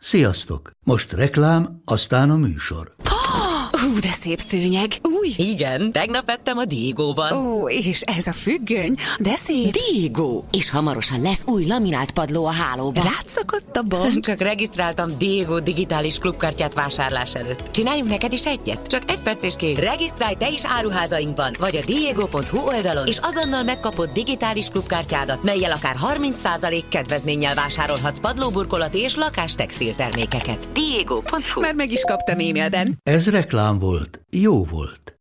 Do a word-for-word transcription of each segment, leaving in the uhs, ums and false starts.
Sziasztok! Most reklám, aztán a műsor. Hú, de szép szőnyeg. Új. Igen, tegnap vettem a Diegóban. Ó, és ez a függöny, de szép. Diegó. És hamarosan lesz új laminált padló a hálóban. Rátszakadt a bank. Csak regisztráltam Diegó digitális klubkártyát vásárlás előtt. Csináljunk neked is egyet? Csak egy perc és kész. Regisztrálj te is áruházainkban, vagy a diego pont hu oldalon, és azonnal megkapod digitális klubkártyádat, mellyel akár harminc százalék kedvezménnyel vásárolhatsz padlóburkolati és lakástextil termékeket. diego pont hu. Már meg is kaptam e-mailben. Ez reklám volt, jó volt.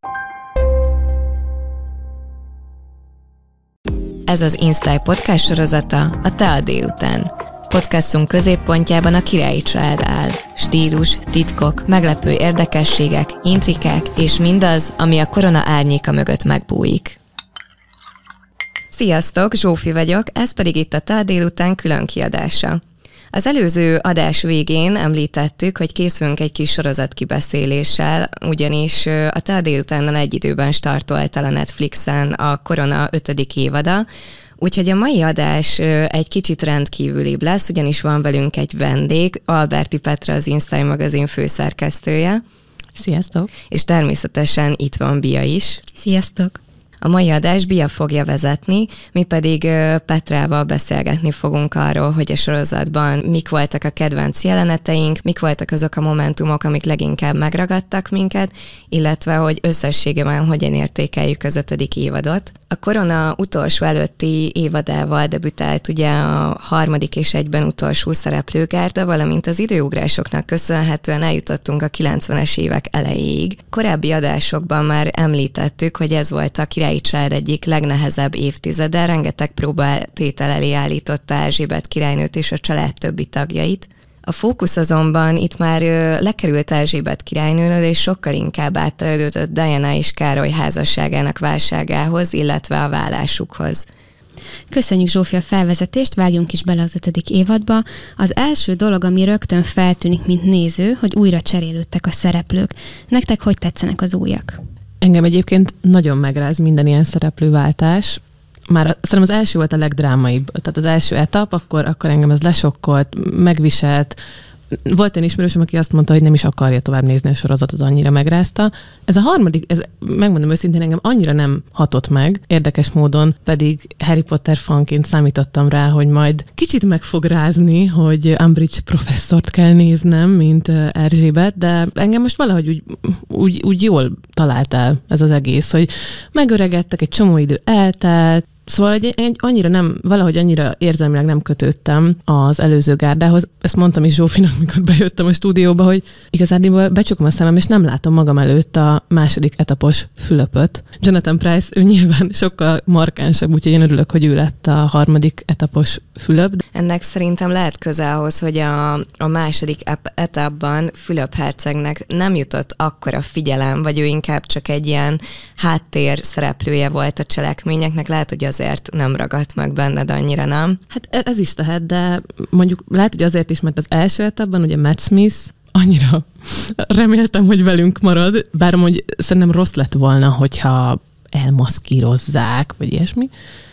Ez az InStyle podcast sorozata, a Te a délután. Podcastunk középpontjában a királyi család áll. Stílus, titkok, meglepő érdekességek, intrikák és mindaz, ami a korona árnyéka mögött megbújik. Sziasztok, Zsófi vagyok, ez pedig itt a Te a délután külön kiadása. Az előző adás végén említettük, hogy készülünk egy kis sorozat kibeszéléssel, ugyanis a Te a délutánnal egy időben startolt el a Netflixen a Korona ötödik évada, úgyhogy a mai adás egy kicsit rendkívülibb lesz, ugyanis van velünk egy vendég, Alberti Petra, az InStyle magazin főszerkesztője. Sziasztok! És természetesen itt van Bia is. Sziasztok! A mai adás Bia fogja vezetni, mi pedig Petrával beszélgetni fogunk arról, hogy a sorozatban mik voltak a kedvenc jeleneteink, mik voltak azok a momentumok, amik leginkább megragadtak minket, illetve hogy összességében hogyan értékeljük az ötödik évadot. A korona utolsó előtti évadával debütált ugye a harmadik és egyben utolsó szereplőgárda, valamint az időugrásoknak köszönhetően eljutottunk a kilencvenes évek elejéig. Korábbi adásokban már említettük, hogy ez volt a királyi család egyik legnehezebb évtizede, rengeteg próbatétel elé állította Erzsébet királynőt és a család többi tagjait. A fókusz azonban itt már lekerült Erzsébet királynőről, és sokkal inkább átterelődött Diana és Károly házasságának válságához, illetve a válásukhoz. Köszönjük, Zsófi, a felvezetést, vágjunk is bele az ötödik évadba. Az első dolog, ami rögtön feltűnik, mint néző, hogy újra cserélődtek a szereplők. Nektek hogy tetszenek az újak? Engem egyébként nagyon megráz minden ilyen szereplőváltás. Már a, szerintem az első volt a legdrámaibb. Tehát az első etap, akkor, akkor engem ez lesokkolt, megviselt. Volt egy ismerősöm, aki azt mondta, hogy nem is akarja tovább nézni a sorozatot, annyira megrázta. Ez a harmadik, ez, megmondom őszintén, engem annyira nem hatott meg, érdekes módon, pedig Harry Potter fanként számítottam rá, hogy majd kicsit meg fog rázni, hogy Umbridge professzort kell néznem, mint Erzsébet, de engem most valahogy úgy, úgy, úgy jól talált el ez az egész, hogy megöregedtek, egy csomó idő eltelt. Szóval egy, egy annyira nem, valahogy annyira érzelmileg nem kötődtem az előző gárdához. Ezt mondtam is Zsófinak, mikor bejöttem a stúdióba, hogy igazából becsukom a szemem, és nem látom magam előtt a második etapos Fülöpöt. Jonathan Pryce, ő nyilván sokkal markánsabb, úgyhogy én örülök, hogy ő lett a harmadik etapos Fülöp. Ennek szerintem lehet köze ahhoz, hogy a, a második etapban Fülöp hercegnek nem jutott akkora figyelem, vagy ő inkább csak egy ilyen háttér szereplője volt a cselekményeknek, lehet, hogy azért nem ragadt meg benned annyira, nem? Hát ez is lehet, de mondjuk lehet, hogy azért is, mert az első etapban ugye Matt Smith annyira reméltem, hogy velünk marad, bár hogy szerintem rossz lett volna, hogyha elmaszkírozzák, vagy ilyesmi,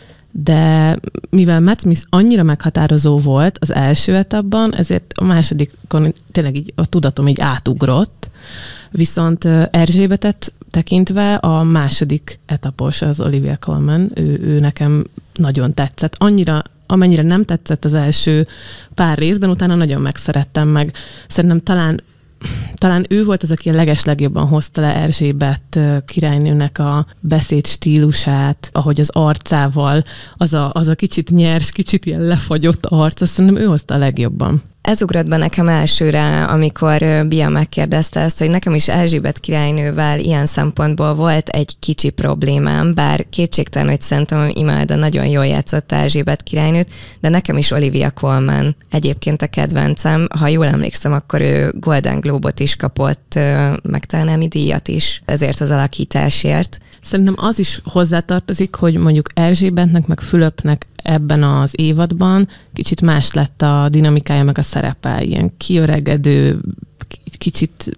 de mivel Matt Smith annyira meghatározó volt az első etapban, ezért a másodikon tényleg így a tudatom így átugrott, viszont Erzsébetet tekintve a második etapos, az Olivia Colman, ő, ő nekem nagyon tetszett. Annyira, amennyire nem tetszett az első pár részben, utána nagyon megszerettem meg. Szerintem talán, talán ő volt az, aki a legeslegjobban hozta le Erzsébet királynőnek a beszéd stílusát, ahogy az arcával, az a, az a kicsit nyers, kicsit ilyen lefagyott arc, azt szerintem ő hozta a legjobban. Ez ugrott be nekem elsőre, amikor Bia megkérdezte ezt, hogy nekem is Erzsébet királynővel ilyen szempontból volt egy kicsi problémám, bár kétségtelen, hogy szerintem Imelda nagyon jól játszott Erzsébet királynőt, de nekem is Olivia Colman egyébként a kedvencem. Ha jól emlékszem, akkor ő Golden Globe-ot is kapott, meg talán Emmy díjat is ezért az alakításért. Szerintem az is hozzátartozik, hogy mondjuk Erzsébetnek, meg Fülöpnek ebben az évadban kicsit más lett a dinamikája, meg a szerepe, ilyen kiöregedő, kicsit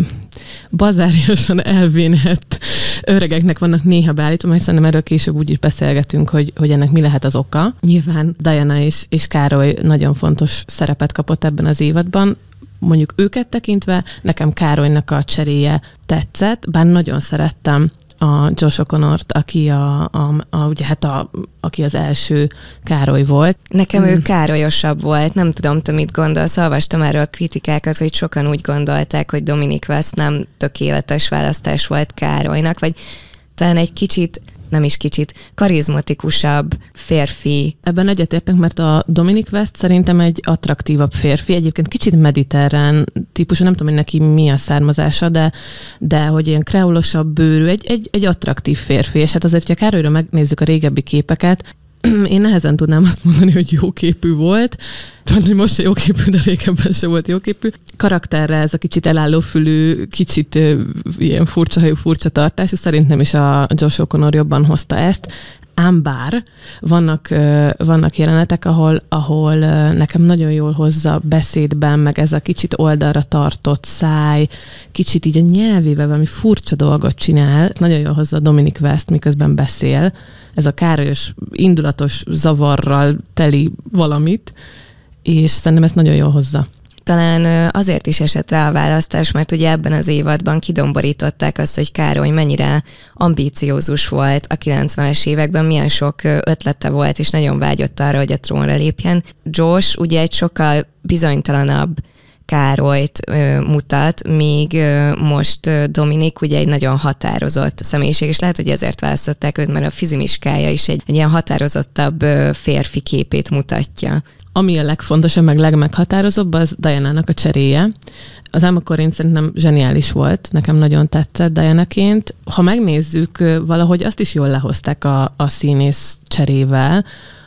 bazáriasan elvénhet öregeknek vannak néha beállítva, majd szerintem erről később úgy is beszélgetünk, hogy, hogy ennek mi lehet az oka. Nyilván Diana és, és Károly nagyon fontos szerepet kapott ebben az évadban. mondjuk őket tekintve, nekem Károlynak a cseréje tetszett, bár nagyon szerettem a Josh O'Connort, aki, a, a, a, ugye hát a, aki az első Károly volt. Nekem mm. ő Károlyosabb volt, nem tudom, te mit gondolsz, olvastam erről kritikákat, hogy sokan úgy gondolták, hogy Dominic West nem tökéletes választás volt Károlynak, vagy talán egy kicsit, nem is kicsit, karizmatikusabb férfi. Ebben egyetértünk, mert a Dominic West szerintem egy attraktívabb férfi, egyébként kicsit mediterrán típusú, nem tudom, hogy neki mi a származása, de, de hogy ilyen kreulosabb bőrű, egy, egy, egy attraktív férfi, és hát azért, hogyha Károlyra megnézzük a régebbi képeket, én nehezen tudnám azt mondani, hogy jóképű volt. Tudom, hogy most se jóképű, de régebben se volt jóképű. Karakterre ez a kicsit elálló fülű, kicsit uh, ilyen furcsa hajú, furcsa tartású, szerintem is a Josh O'Connor jobban hozta ezt. Ám bár vannak, uh, vannak jelenetek, ahol, ahol uh, nekem nagyon jól hozza beszédben, meg ez a kicsit oldalra tartott száj, kicsit így a nyelvével valami furcsa dolgot csinál, nagyon jól hozza a Dominic West, miközben beszél. Ez a károlyos, indulatos zavarral teli valamit, és szerintem ezt nagyon jól hozza. Talán azért is esett rá a választás, mert ugye ebben az évadban kidomborították azt, hogy Károly mennyire ambíciózus volt a kilencvenes években, milyen sok ötlete volt, és nagyon vágyott arra, hogy a trónra lépjen. Josh ugye egy sokkal bizonytalanabb Károlyt ö, mutat, míg ö, most ö, Dominik ugye egy nagyon határozott személyiség, és lehet, hogy ezért választották őt, mert a fizimiskája is egy, egy ilyen határozottabb ö, férfi képét mutatja. Ami a legfontosabb, meg legmeghatározóbb, az Diana-nak a cseréje. Az Emma Corrin szerintem zseniális volt, nekem nagyon tetszett Diana-ként. Ha megnézzük, valahogy azt is jól lehozták a, a színész cserével,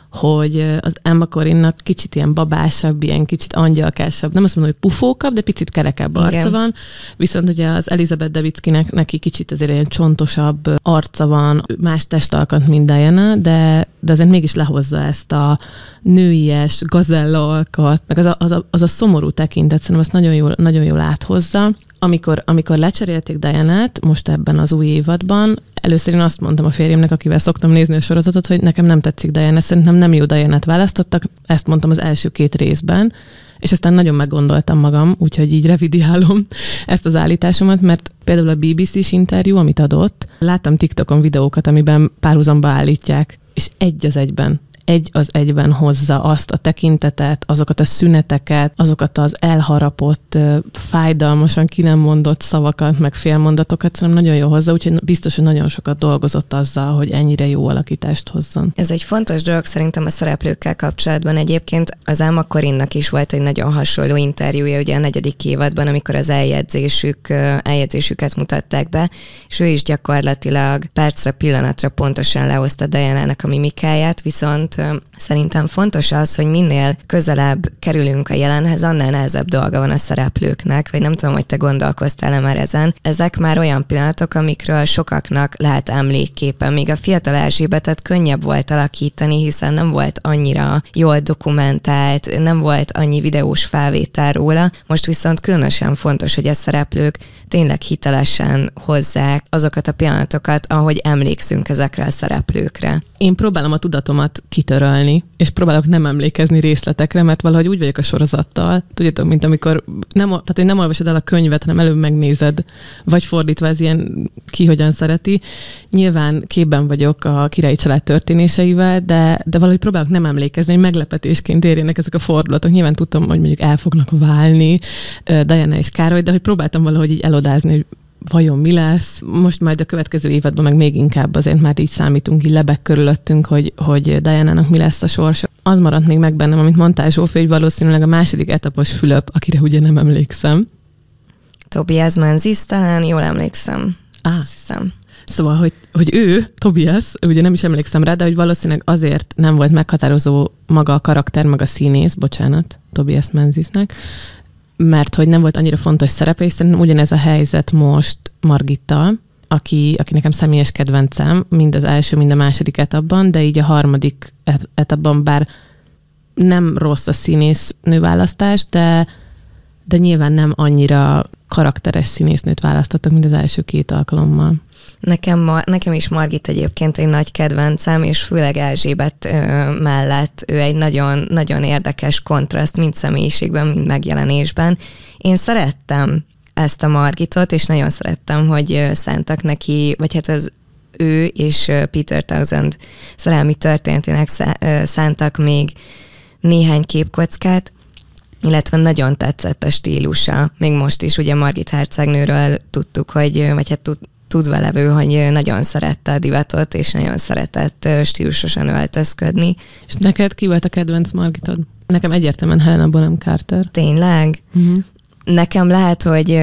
hogy az Emma Corrinnak kicsit ilyen babásabb, ilyen kicsit angyalkásabb, nem azt mondom, hogy pufókabb, de picit kerekebb arca Igen. van, viszont ugye az Elizabeth Debickinek neki kicsit azért ilyen csontosabb arca van, más testalkat, mint Diana, de, de azért mégis lehozza ezt a nőies, gazella alkat, meg az a, az a, az a szomorú tekintet, szerintem azt nagyon jól, nagyon jól áthozza. Amikor, amikor lecserélték Dianát, most ebben az új évadban, először én azt mondtam a férjemnek, akivel szoktam nézni a sorozatot, hogy nekem nem tetszik Diana, szerintem nem jó Dianát választottak, ezt mondtam az első két részben, és aztán nagyon meggondoltam magam, úgyhogy így revidiálom ezt az állításomat, mert például a bé bé cés interjú, amit adott, láttam TikTokon videókat, amiben párhuzamba állítják, és egy az egyben. egy az egyben hozza azt a tekintetet, azokat a szüneteket, azokat az elharapott, fájdalmasan ki nem mondott szavakat, meg félmondatokat, szerintem nagyon jó hozza, úgyhogy biztos, hogy nagyon sokat dolgozott azzal, hogy ennyire jó alakítást hozzon. Ez egy fontos dolog szerintem a szereplőkkel kapcsolatban. Egyébként az Emma Corrinnak is volt egy nagyon hasonló interjúja ugye a negyedik évadban, amikor az eljegyzésük, eljegyzésüket mutatták be, és ő is gyakorlatilag percre, pillanatra pontosan lehozta Diana-nak a mimikáját, viszont szerintem fontos az, hogy minél közelebb kerülünk a jelenhez, annál nehezebb dolga van a szereplőknek, vagy nem tudom, hogy te gondolkoztál-e már ezen. Ezek már olyan pillanatok, amikről sokaknak lehet emlékképen. Még a fiatal Erzsébetet könnyebb volt alakítani, hiszen nem volt annyira jól dokumentált, nem volt annyi videós felvétel róla. Most viszont különösen fontos, hogy a szereplők tényleg hitelesen hozzák azokat a pillanatokat, ahogy emlékszünk ezekre a szereplőkre. Én próbálom a tudatomat kitörölni, és próbálok nem emlékezni részletekre, mert valahogy úgy vagyok a sorozattal, tudjátok, mint amikor nem, tehát, hogy nem olvasod el a könyvet, hanem előbb megnézed, vagy fordítva, ez ilyen ki hogyan szereti. Nyilván képben vagyok a királyi család történéseivel, de, de valahogy próbálok nem emlékezni, hogy meglepetésként érjenek ezek a fordulatok. Nyilván tudtam, hogy mondjuk el fognak válni Diana és Károly, de hogy próbáltam valahogy így elodázni, hogy vajon mi lesz. Most majd a következő évadban meg még inkább azért már így számítunk, így lebeg körülöttünk, hogy, hogy Diana-nak mi lesz a sorsa. Az maradt még meg bennem, amit mondtál, Zsófi, hogy valószínűleg a második etapos Fülöp, akire ugye nem emlékszem. Tobias Menzies, talán jól emlékszem. Á. Azt hiszem. Szóval, hogy, hogy ő, Tobias, ugye nem is emlékszem rá, de hogy valószínűleg azért nem volt meghatározó maga a karakter, maga a színész, bocsánat, Tobias Menziesnek, mert hogy nem volt annyira fontos szerepe, és szerintem ugyanez a helyzet most Margittal, aki, aki nekem személyes kedvencem, mind az első, mind a második etapban, de így a harmadik etapban, bár nem rossz a színésznő választás, de, de nyilván nem annyira karakteres színésznőt választottak, mint az első két alkalommal. Nekem, ma, nekem is Margit egyébként egy nagy kedvencem, és főleg Erzsébet ö, mellett ő egy nagyon, nagyon érdekes kontraszt, mind személyiségben, mind megjelenésben. Én szerettem ezt a Margitot, és nagyon szerettem, hogy szántak neki, vagy hát az ő és Peter Townsend szerelmi történetének szántak még néhány képkockát, illetve nagyon tetszett a stílusa. Még most is ugye Margit hercegnőről tudtuk, hogy, vagy hát tud, tudva levő, hogy nagyon szerette a divatot, és nagyon szeretett stílusosan öltözködni. És neked ki volt a kedvenc Margitod? Nekem egyértelműen Helena Bonham Carter. Tényleg? Uh-huh. Nekem lehet, hogy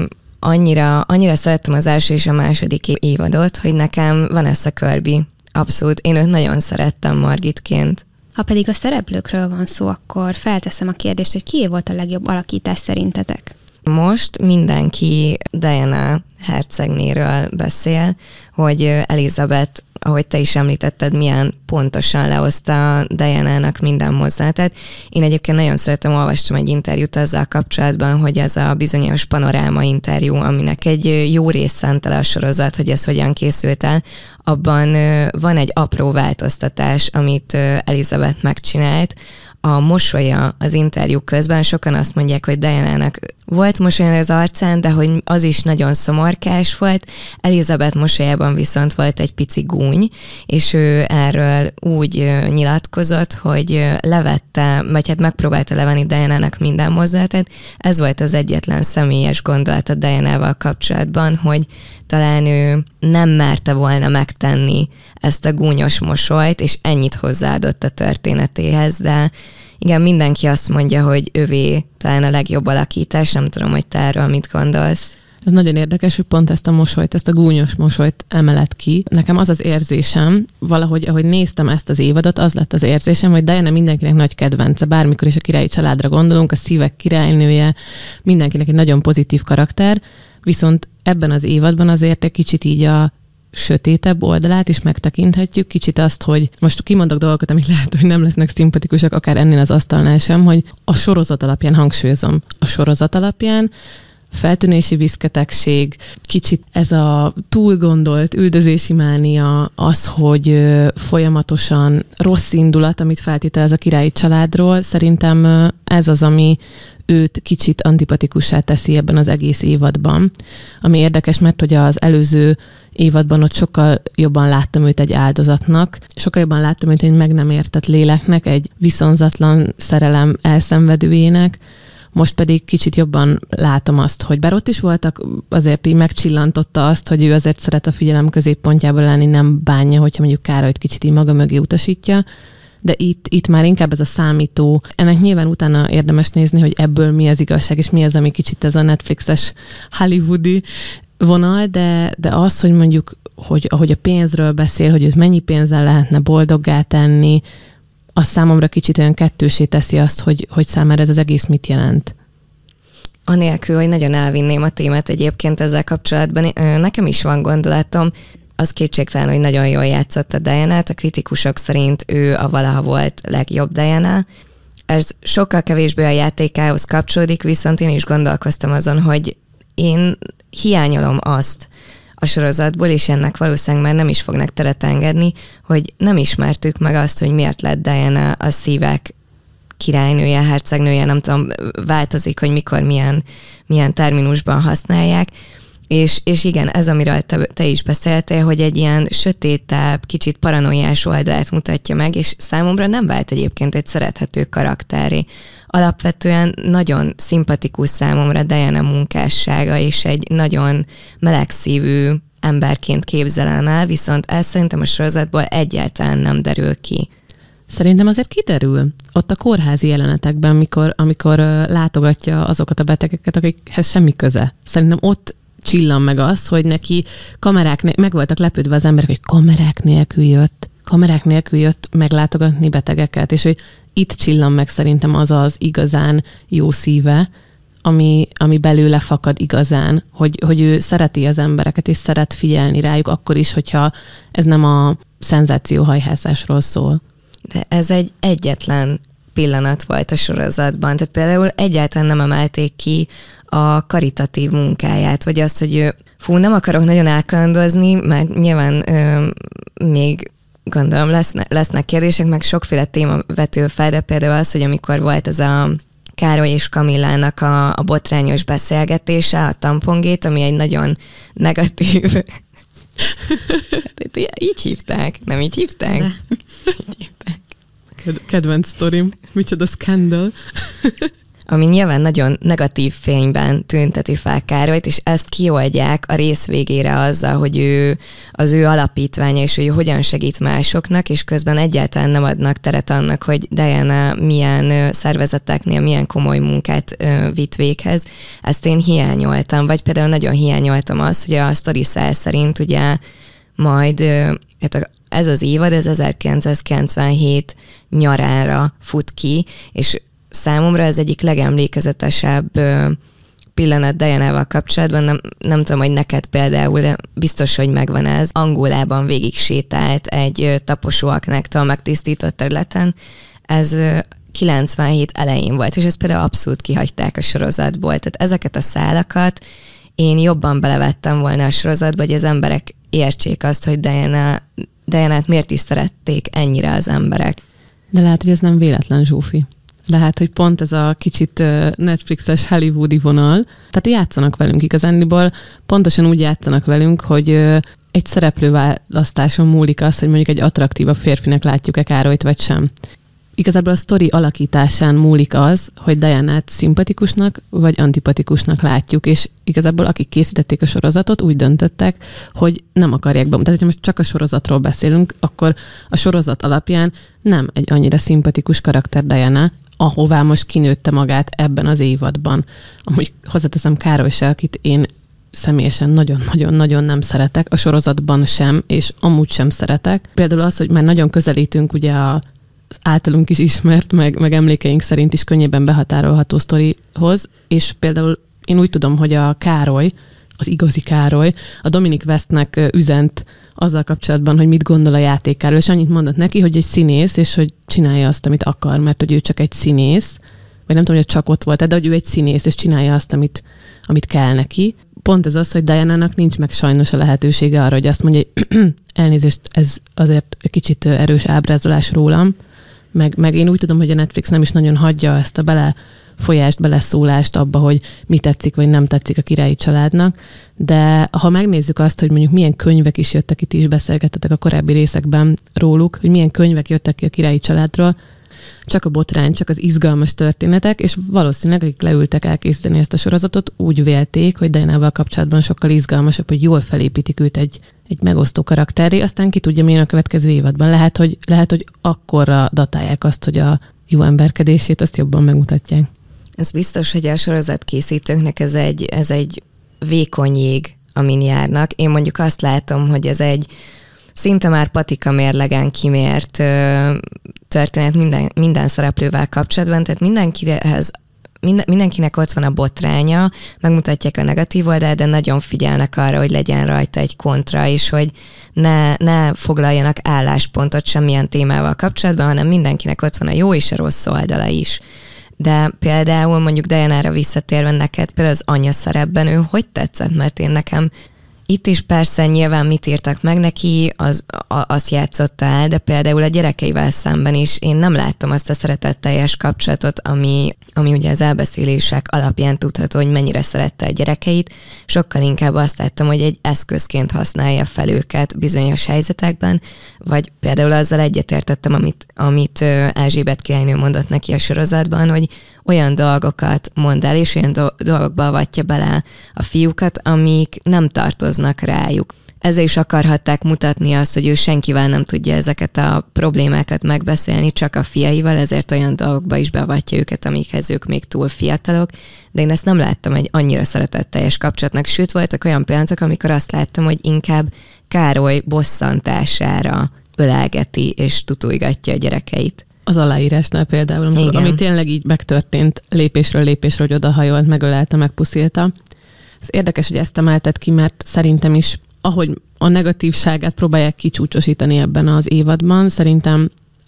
annyira, annyira szerettem az első és a második évadot, hogy nekem Vanessa Kirby. Abszolút. Én őt nagyon szerettem Margitként. Ha pedig a szereplőkről van szó, akkor felteszem a kérdést, hogy kié volt a legjobb alakítás szerintetek? Most mindenki Diana hercegnéről beszél, hogy Elizabeth, ahogy te is említetted, milyen pontosan lehozta Diana-nak minden mozzanatát. Én egyébként nagyon szeretem, olvastam egy interjút azzal kapcsolatban, hogy ez a bizonyos panoráma interjú, aminek egy jó rész szentel a sorozat, hogy ez hogyan készült el, abban van egy apró változtatás, amit Elizabeth megcsinált. A mosolya az interjú közben, sokan azt mondják, hogy Diana-nak volt mosolya az arcán, de hogy az is nagyon szomorkás volt. Elizabeth mosolyában viszont volt egy pici gúny, és ő erről úgy nyilatkozott, hogy levette, vagy hát megpróbálta levenni Diana-nak minden mozzanatát. Ez volt az egyetlen személyes gondolata Diana-val kapcsolatban, hogy talán ő nem merte volna megtenni ezt a gúnyos mosolyt, és ennyit hozzáadott a történetéhez, de igen, mindenki azt mondja, hogy övé talán a legjobb alakítás, nem tudom, hogy te erről mit gondolsz. Ez nagyon érdekes, hogy pont ezt a mosolyt, ezt a gúnyos mosolyt emelet ki. Nekem az az érzésem, valahogy, ahogy néztem ezt az évadot, az lett az érzésem, hogy Diana mindenkinek nagy kedvence, bármikor is a királyi családra gondolunk, a szívek királynője, mindenkinek egy nagyon pozitív karakter, viszont ebben az évadban azért egy kicsit így a sötétebb oldalát is megtekinthetjük, kicsit azt, hogy most kimondok dolgokat, amik lehet, hogy nem lesznek szimpatikusak, akár ennél az asztalnál sem, hogy a sorozat alapján hangsúlyozom. A sorozat alapján feltűnési viszketegség, kicsit ez a túlgondolt üldözési mánia, az, hogy folyamatosan rossz indulat, amit feltételez a királyi családról, szerintem ez az, ami őt kicsit antipatikussá teszi ebben az egész évadban. Ami érdekes, mert hogy az előző évadban ott sokkal jobban láttam őt egy áldozatnak, sokkal jobban láttam őt egy meg nem értett léleknek, egy viszonzatlan szerelem elszenvedőjének, most pedig kicsit jobban látom azt, hogy bár ott is voltak, azért így megcsillantotta azt, hogy ő azért szeret a figyelem középpontjában lenni, nem bánja, hogyha mondjuk Károlyt kicsit így maga mögé utasítja, de itt, itt már inkább ez a számító. Ennek nyilván utána érdemes nézni, hogy ebből mi az igazság, és mi az, ami kicsit ez a Netflixes hollywoodi vonal, de, de az, hogy mondjuk, hogy ahogy a pénzről beszél, hogy ez mennyi pénzzel lehetne boldoggá tenni, az számomra kicsit olyan kettősé teszi azt, hogy, hogy számára ez az egész mit jelent. Anélkül, hogy nagyon elvinném a témát egyébként ezzel kapcsolatban, nekem is van gondolatom, az kétségtelen, hogy nagyon jól játszott a Diana-t, a kritikusok szerint ő a valaha volt legjobb Diana. Ez sokkal kevésbé a játékához kapcsolódik, viszont én is gondolkoztam azon, hogy én hiányolom azt a sorozatból, és ennek valószínűleg már nem is fognak teret engedni, hogy nem ismertük meg azt, hogy miért lett Diana a szívek királynője, hercegnője, nem tudom, változik, hogy mikor milyen, milyen terminusban használják, és, és igen, ez, amiről te, te is beszéltél, hogy egy ilyen sötétebb, kicsit paranoiás oldalát mutatja meg, és számomra nem vált egyébként egy szerethető karakteré. Alapvetően nagyon szimpatikus számomra Diana munkássága, és egy nagyon melegszívű emberként képzelem el, viszont ez szerintem a sorozatból egyáltalán nem derül ki. Szerintem azért kiderül. Ott a kórházi jelenetekben, amikor, amikor látogatja azokat a betegeket, akikhez semmi köze. Szerintem ott csillan meg az, hogy neki kamerák, né- meg voltak lepődve az emberek, hogy kamerák nélkül jött, kamerák nélkül jött meglátogatni betegeket, és hogy itt csillan meg szerintem az az igazán jó szíve, ami, ami belőle fakad igazán, hogy, hogy ő szereti az embereket, és szeret figyelni rájuk, akkor is, hogyha ez nem a szenzációhajhászásról szól. De ez egy egyetlen pillanat volt a sorozatban. Tehát például egyáltalán nem emelték ki a karitatív munkáját, vagy azt, hogy ő, fú, nem akarok nagyon elkalandozni, mert nyilván ö, még gondolom lesznek, lesznek kérdések, meg sokféle téma vető fel, de például az, hogy amikor volt ez a Károly és Kamillának a, a botrányos beszélgetése, a tampongét, ami egy nagyon negatív... Így hívták, nem így hívták? De. Így hívták. Kedvenc sztorim, micsoda scandal. Ami nyilván nagyon negatív fényben tünteti fel Károlyt, és ezt kioldják a rész végére azzal, hogy ő az ő alapítványa, és hogy ő hogyan segít másoknak, és közben egyáltalán nem adnak teret annak, hogy Diana milyen szervezeteknél milyen komoly munkát vitt véghez. Ezt én hiányoltam, vagy például nagyon hiányoltam azt, hogy a sztori szál szerint ugye majd ez az évad, ez ezerkilencszázkilencvenhét nyarára fut ki, és számomra ez egyik legemlékezetesebb pillanat Dianával kapcsolatban, nem, nem tudom, hogy neked például, de biztos, hogy megvan ez. Angolában végig sétált egy taposóaknáktól megtisztított területen. Ez kilencvenhét elején volt, és ezt például abszolút kihagyták a sorozatból. Tehát ezeket a szálakat én jobban belevettem volna a sorozatba, hogy az emberek értsék azt, hogy Diana, Dianát miért is szerették ennyire az emberek. De lehet, hogy ez nem véletlen, Zsófi. Lehet, hogy pont ez a kicsit Netflixes hollywoodi vonal, tehát játszanak velünk igazándiból, pontosan úgy játszanak velünk, hogy egy szereplőválasztáson múlik az, hogy mondjuk egy attraktívabb férfinek látjuk-e Károlyt, vagy sem. Igazából a sztori alakításán múlik az, hogy Dianát szimpatikusnak vagy antipatikusnak látjuk, és igazából akik készítették a sorozatot, úgy döntöttek, hogy nem akarják be. Tehát, hogyha most csak a sorozatról beszélünk, akkor a sorozat alapján nem egy annyira szimpatikus karakter Diana, ahová most kinőtte magát ebben az évadban. Amúgy hozzáteszem Károly se, akit én személyesen nagyon-nagyon-nagyon nem szeretek, a sorozatban sem, és amúgy sem szeretek. Például az, hogy már nagyon közelítünk ugye a az általunk is ismert, meg, meg emlékeink szerint is könnyebben behatárolható sztorihoz, és például én úgy tudom, hogy a Károly, az igazi Károly, a Dominic Westnek üzent azzal kapcsolatban, hogy mit gondol a játékáról, és annyit mondott neki, hogy egy színész, és hogy csinálja azt, amit akar, mert hogy ő csak egy színész, vagy nem tudom, hogy csak ott volt, de hogy ő egy színész, és csinálja azt, amit, amit kell neki. Pont ez az, hogy Dianának nincs meg sajnos a lehetősége arra, hogy azt mondja, hogy elnézést, ez azért egy kicsit erős ábrázolás rólam, meg, meg én úgy tudom, hogy a Netflix nem is nagyon hagyja ezt a belefolyást, beleszólást abba, hogy mi tetszik, vagy nem tetszik a királyi családnak, de ha megnézzük azt, hogy mondjuk milyen könyvek is jöttek, itt is beszélgettetek a korábbi részekben róluk, hogy milyen könyvek jöttek ki a királyi családról, csak a botrány, csak az izgalmas történetek, és valószínűleg, akik leültek elkészíteni ezt a sorozatot, úgy vélték, hogy Dianával kapcsolatban sokkal izgalmasabb, hogy jól felépítik őt egy, egy megosztó karakterré, aztán ki tudja, milyen a következő évadban. Lehet, hogy, lehet, hogy akkorra datálják azt, hogy a jó emberkedését azt jobban megmutatják. Ez biztos, hogy a sorozat készítőknek ez egy, ez egy vékony jég, amin járnak. Én mondjuk azt látom, hogy ez egy szinte már patika mérlegen kimért ö, történet minden, minden szereplővel kapcsolatban, tehát mindenkihez, minden, mindenkinek ott van a botránya, megmutatják a negatív oldalt, de nagyon figyelnek arra, hogy legyen rajta egy kontra, és hogy ne, ne foglaljanak álláspontot semmilyen témával kapcsolatban, hanem mindenkinek ott van a jó és a rossz oldala is. De például mondjuk Dianára visszatérve neked, például az anya szerepben ő hogy tetszett, mert én nekem itt is persze nyilván mit írtak meg neki, az, a, azt játszotta el, de például a gyerekeivel szemben is én nem láttam azt a szeretetteljes kapcsolatot, ami, ami ugye az elbeszélések alapján tudható, hogy mennyire szerette a gyerekeit. Sokkal inkább azt láttam, hogy egy eszközként használja fel őket bizonyos helyzetekben, vagy például azzal egyetértettem, amit, amit Erzsébet királynő mondott neki a sorozatban, hogy olyan dolgokat mond el, és olyan do- dolgokba avatja bele a fiúkat, amik nem tartoznak rájuk. Ezzel is akarhatták mutatni azt, hogy ő senkivel nem tudja ezeket a problémákat megbeszélni, csak a fiaival, ezért olyan dolgokba is beavatja őket, amikhez ők még túl fiatalok, de én ezt nem láttam egy annyira szeretetteljes kapcsolatnak, sőt voltak olyan pillanatok, amikor azt láttam, hogy inkább Károly bosszantására ölelgeti és tutujgatja a gyerekeit. Az aláírásnál például, amikor, ami tényleg így megtörtént lépésről lépésről, hogy odahajolt, megölelte, megpuszilta. Ez érdekes, hogy ezt emelted ki, mert szerintem is, ahogy a negatívságát próbálják kicsúcsosítani ebben az évadban, szerintem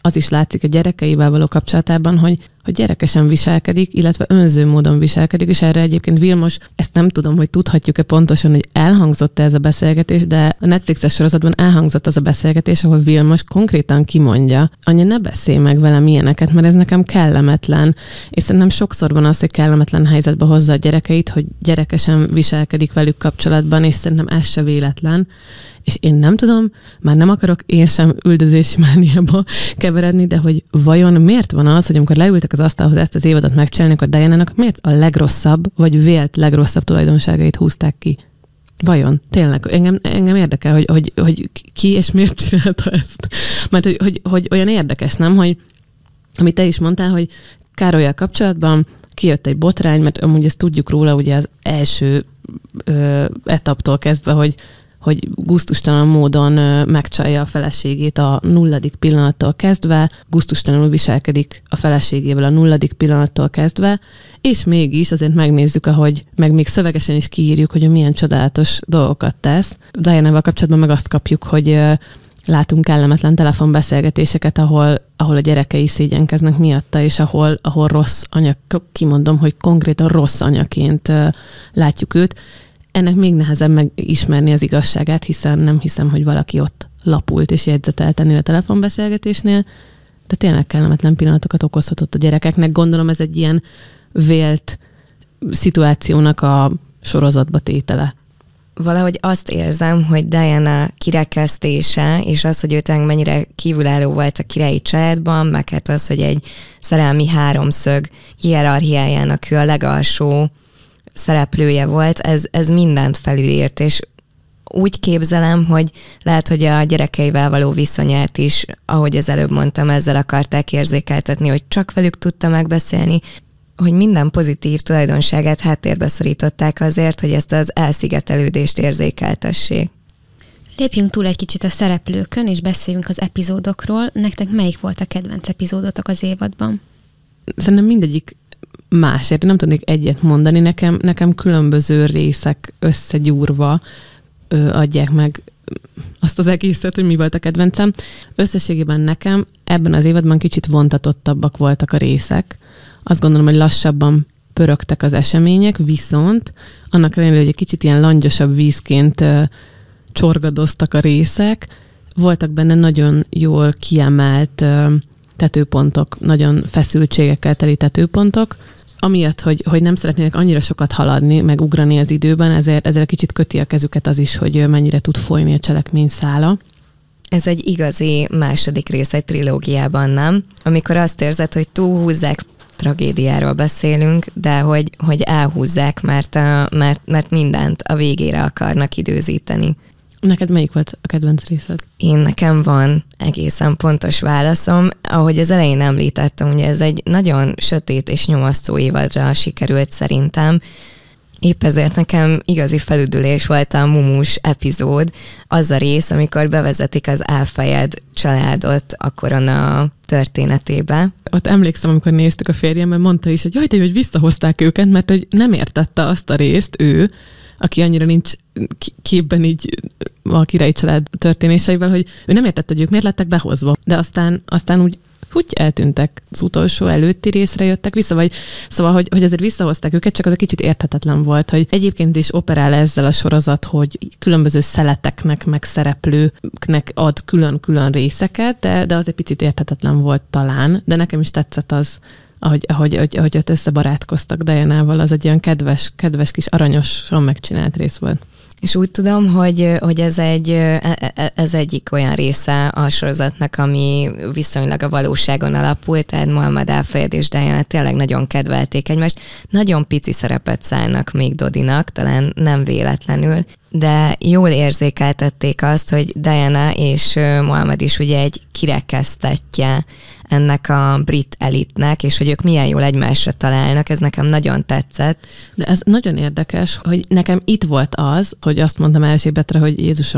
az is látszik a gyerekeivel való kapcsolatában, hogy, hogy gyerekesen viselkedik, illetve önző módon viselkedik, és erre egyébként Vilmos, ezt nem tudom, hogy tudhatjuk-e pontosan, hogy elhangzott ez a beszélgetés, de a Netflixes sorozatban elhangzott az a beszélgetés, ahol Vilmos konkrétan kimondja, anya, ne beszélj meg velem ilyeneket, mert ez nekem kellemetlen. És szerintem sokszor van az, hogy kellemetlen helyzetbe hozza a gyerekeit, hogy gyerekesen viselkedik velük kapcsolatban, és szerintem ez se véletlen. És én nem tudom, már nem akarok én sem üldözési mániába keveredni, de hogy vajon miért van az, hogy amikor leültek az asztalhoz ezt az évadot megcsinálni, akkor Diana-nak miért a legrosszabb, vagy vélt legrosszabb tulajdonságait húzták ki? Vajon? Tényleg, engem, engem érdekel, hogy, hogy, hogy ki és miért csinálta ezt. Mert hogy, hogy, hogy olyan érdekes, nem? Hogy amit te is mondtál, hogy Károlyal kapcsolatban kijött egy botrány, mert amúgy ezt tudjuk róla ugye az első ö, etaptól kezdve, hogy hogy gusztustalan módon megcsalja a feleségét a nulladik pillanattól kezdve, gusztustalanul viselkedik a feleségével a nulladik pillanattól kezdve, és mégis azért megnézzük, ahogy, meg még szövegesen is kiírjuk, hogy milyen csodálatos dolgokat tesz. Diana-val kapcsolatban meg azt kapjuk, hogy látunk kellemetlen telefonbeszélgetéseket, ahol, ahol a gyerekei szégyenkeznek miatta, és ahol, ahol rossz anya, kimondom, hogy konkrétan rossz anyaként látjuk őt. Ennek még nehezebb megismerni az igazságát, hiszen nem hiszem, hogy valaki ott lapult és jegyzetelt ennél a telefonbeszélgetésnél, de tényleg kellemetlen pillanatokat okozhatott a gyerekeknek. Gondolom ez egy ilyen vélt szituációnak a sorozatba tétele. Valahogy azt érzem, hogy Diana kirekesztése, és az, hogy ő mennyire kívülálló volt a királyi családban, meg hát az, hogy egy szerelmi háromszög hierarchiájának ő a legalsó szereplője volt, ez, ez mindent felülírt, és úgy képzelem, hogy lehet, hogy a gyerekeivel való viszonyát is, ahogy az előbb mondtam, ezzel akarták érzékeltetni, hogy csak velük tudta megbeszélni, hogy minden pozitív tulajdonságát háttérbe szorították azért, hogy ezt az elszigetelődést érzékeltessék. Lépjünk túl egy kicsit a szereplőkön, és beszéljünk az epizódokról. Nektek melyik volt a kedvenc epizódotok az évadban? Szerintem mindegyik másért. Nem tudnék egyet mondani. Nekem, nekem különböző részek összegyúrva ö, adják meg azt az egészet, hogy mi volt a kedvencem. Összességében nekem ebben az évadban kicsit vontatottabbak voltak a részek. Azt gondolom, hogy lassabban pörögtek az események, viszont annak ellenére, hogy egy kicsit ilyen langyosabb vízként ö, csorgadoztak a részek, voltak benne nagyon jól kiemelt ö, tetőpontok, nagyon feszültségekkel teli tetőpontok. Amiatt, hogy, hogy nem szeretnének annyira sokat haladni, meg ugrani az időben, ezért, ezért kicsit köti a kezüket az is, hogy mennyire tud folyni a cselekmény szála. Ez egy igazi második rész egy trilógiában, nem? Amikor azt érzed, hogy túlhúzzák, tragédiáról beszélünk, de hogy, hogy elhúzzák, mert, a, mert, mert mindent a végére akarnak időzíteni. Neked melyik volt a kedvenc részed? Én nekem van egészen pontos válaszom. Ahogy az elején említettem, ugye ez egy nagyon sötét és nyomasztó évadra sikerült szerintem. Épp ezért nekem igazi felüdülés volt a mumus epizód, az a rész, amikor bevezetik az Álfejed családot a korona történetébe. Ott emlékszem, amikor néztük a férjemmel, mondta is, hogy jaj, de hogy visszahozták őket, mert hogy nem értette azt a részt ő, aki annyira nincs képben így a királyi család történéseivel, hogy ő nem értette, hogy ők miért lettek behozva. De aztán, aztán úgy, úgy eltűntek, az utolsó előtti részre jöttek vissza, vagy szóval, hogy, hogy azért visszahozták őket, csak az egy kicsit érthetetlen volt, hogy egyébként is operál ezzel a sorozat, hogy különböző szeleteknek, meg szereplőknek ad külön-külön részeket, de, de az egy picit érthetetlen volt talán, de nekem is tetszett az, ahogy, ahogy, ahogy, ahogy ott összebarátkoztak Dianával, az egy olyan kedves, kedves kis aranyosan megcsinált rész volt. És úgy tudom, hogy, hogy ez, egy, ez egyik olyan része a sorozatnak, ami viszonylag a valóságon alapul, tehát Mohamed Álfejed és Diana tényleg nagyon kedvelték egymást. Nagyon pici szerepet szállnak még Dodinak, talán nem véletlenül, de jól érzékeltették azt, hogy Diana és Mohamed is ugye egy kirekesztettje ennek a brit elitnek, és hogy ők milyen jól egymásra találnak, ez nekem nagyon tetszett. De ez nagyon érdekes, hogy nekem itt volt az, hogy azt mondtam Erzsébetre, hogy Jézusom,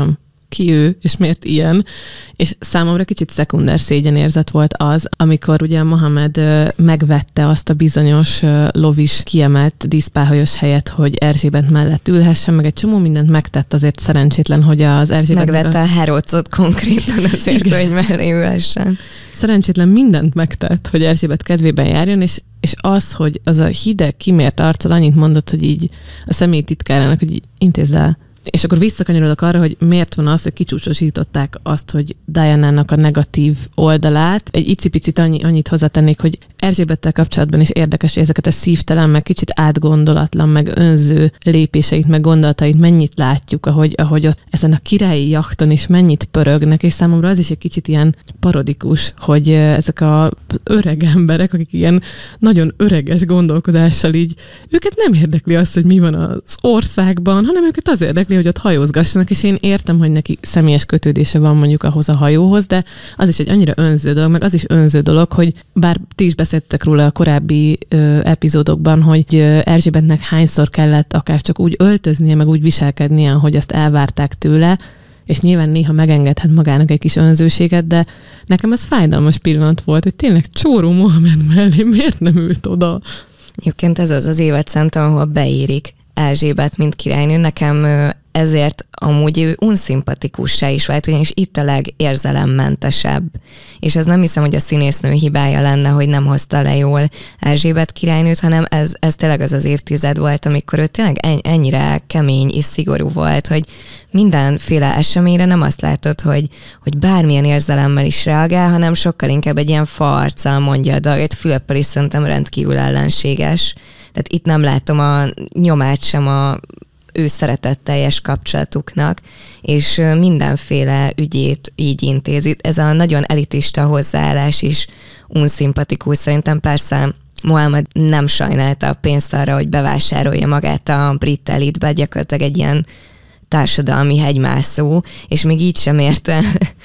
ki ő, és miért ilyen. És számomra kicsit szekunder szégyenérzet volt az, amikor ugye Mohamed megvette azt a bizonyos lovis kiemelt díszpáholyos helyet, hogy Erzsébet mellett ülhessen, meg egy csomó mindent megtett, azért szerencsétlen, hogy az Erzsébet... Megvette a Herócot konkrétan azért, igen, hogy mellé ülhessen. Szerencsétlen mindent megtett, hogy Erzsébet kedvében járjon, és, és az, hogy az a hideg, kimért arccal annyit mondott, hogy így a személyi titkárának, hogy így intézd el. És akkor visszakanyarodok arra, hogy miért van az, hogy kicsúcsosították azt, hogy Diana-nak a negatív oldalát. Egy icipicit annyi, annyit hozzátennék, hogy Erzsébettel kapcsolatban is érdekes, hogy ezeket a szívtelen, meg kicsit átgondolatlan, meg önző lépéseit, meg gondolatait mennyit látjuk, ahogy, ahogy ott ezen a királyi jachton is mennyit pörögnek, és számomra az is egy kicsit ilyen parodikus, hogy ezek az öreg emberek, akik ilyen nagyon öreges gondolkodással így, őket nem érdekli az, hogy mi van az országban, hanem őket az érdekli, hogy ott hajózgassanak, és én értem, hogy neki személyes kötődése van mondjuk ahhoz a hajóhoz, de az is egy annyira önző dolog, meg az is önző dolog, hogy bár ti is beszéltek róla a korábbi ö, epizódokban, hogy ö, Erzsébetnek hányszor kellett akár csak úgy öltöznie, meg úgy viselkednie, hogy azt elvárták tőle, és nyilván néha megengedhet magának egy kis önzőséget, de nekem ez fájdalmas pillanat volt, hogy tényleg csóró Mohamed mellé miért nem ült oda? Egyébként ez az az évad szerintem, ahol beérik Erzsébet, mint királynő. Nekem ezért amúgy ő unszimpatikussá is vált, ugyanis itt a legérzelemmentesebb. És ez nem hiszem, hogy a színésznő hibája lenne, hogy nem hozta le jól Erzsébet királynőt, hanem ez, ez tényleg az az évtized volt, amikor ő tényleg ennyire kemény és szigorú volt, hogy mindenféle eseményre nem azt látod, hogy, hogy bármilyen érzelemmel is reagál, hanem sokkal inkább egy ilyen farccal mondja a dolgot. Fülöppel is szerintem rendkívül ellenséges. Tehát itt nem látom a nyomát sem a ő szeretetteljes kapcsolatuknak, és mindenféle ügyét így intézi. Ez a nagyon elitista hozzáállás is unszimpatikus. Szerintem persze Mohamed nem sajnálta a pénzt arra, hogy bevásárolja magát a brit elitbe, gyakorlatilag egy ilyen társadalmi hegymászó, és még így sem érte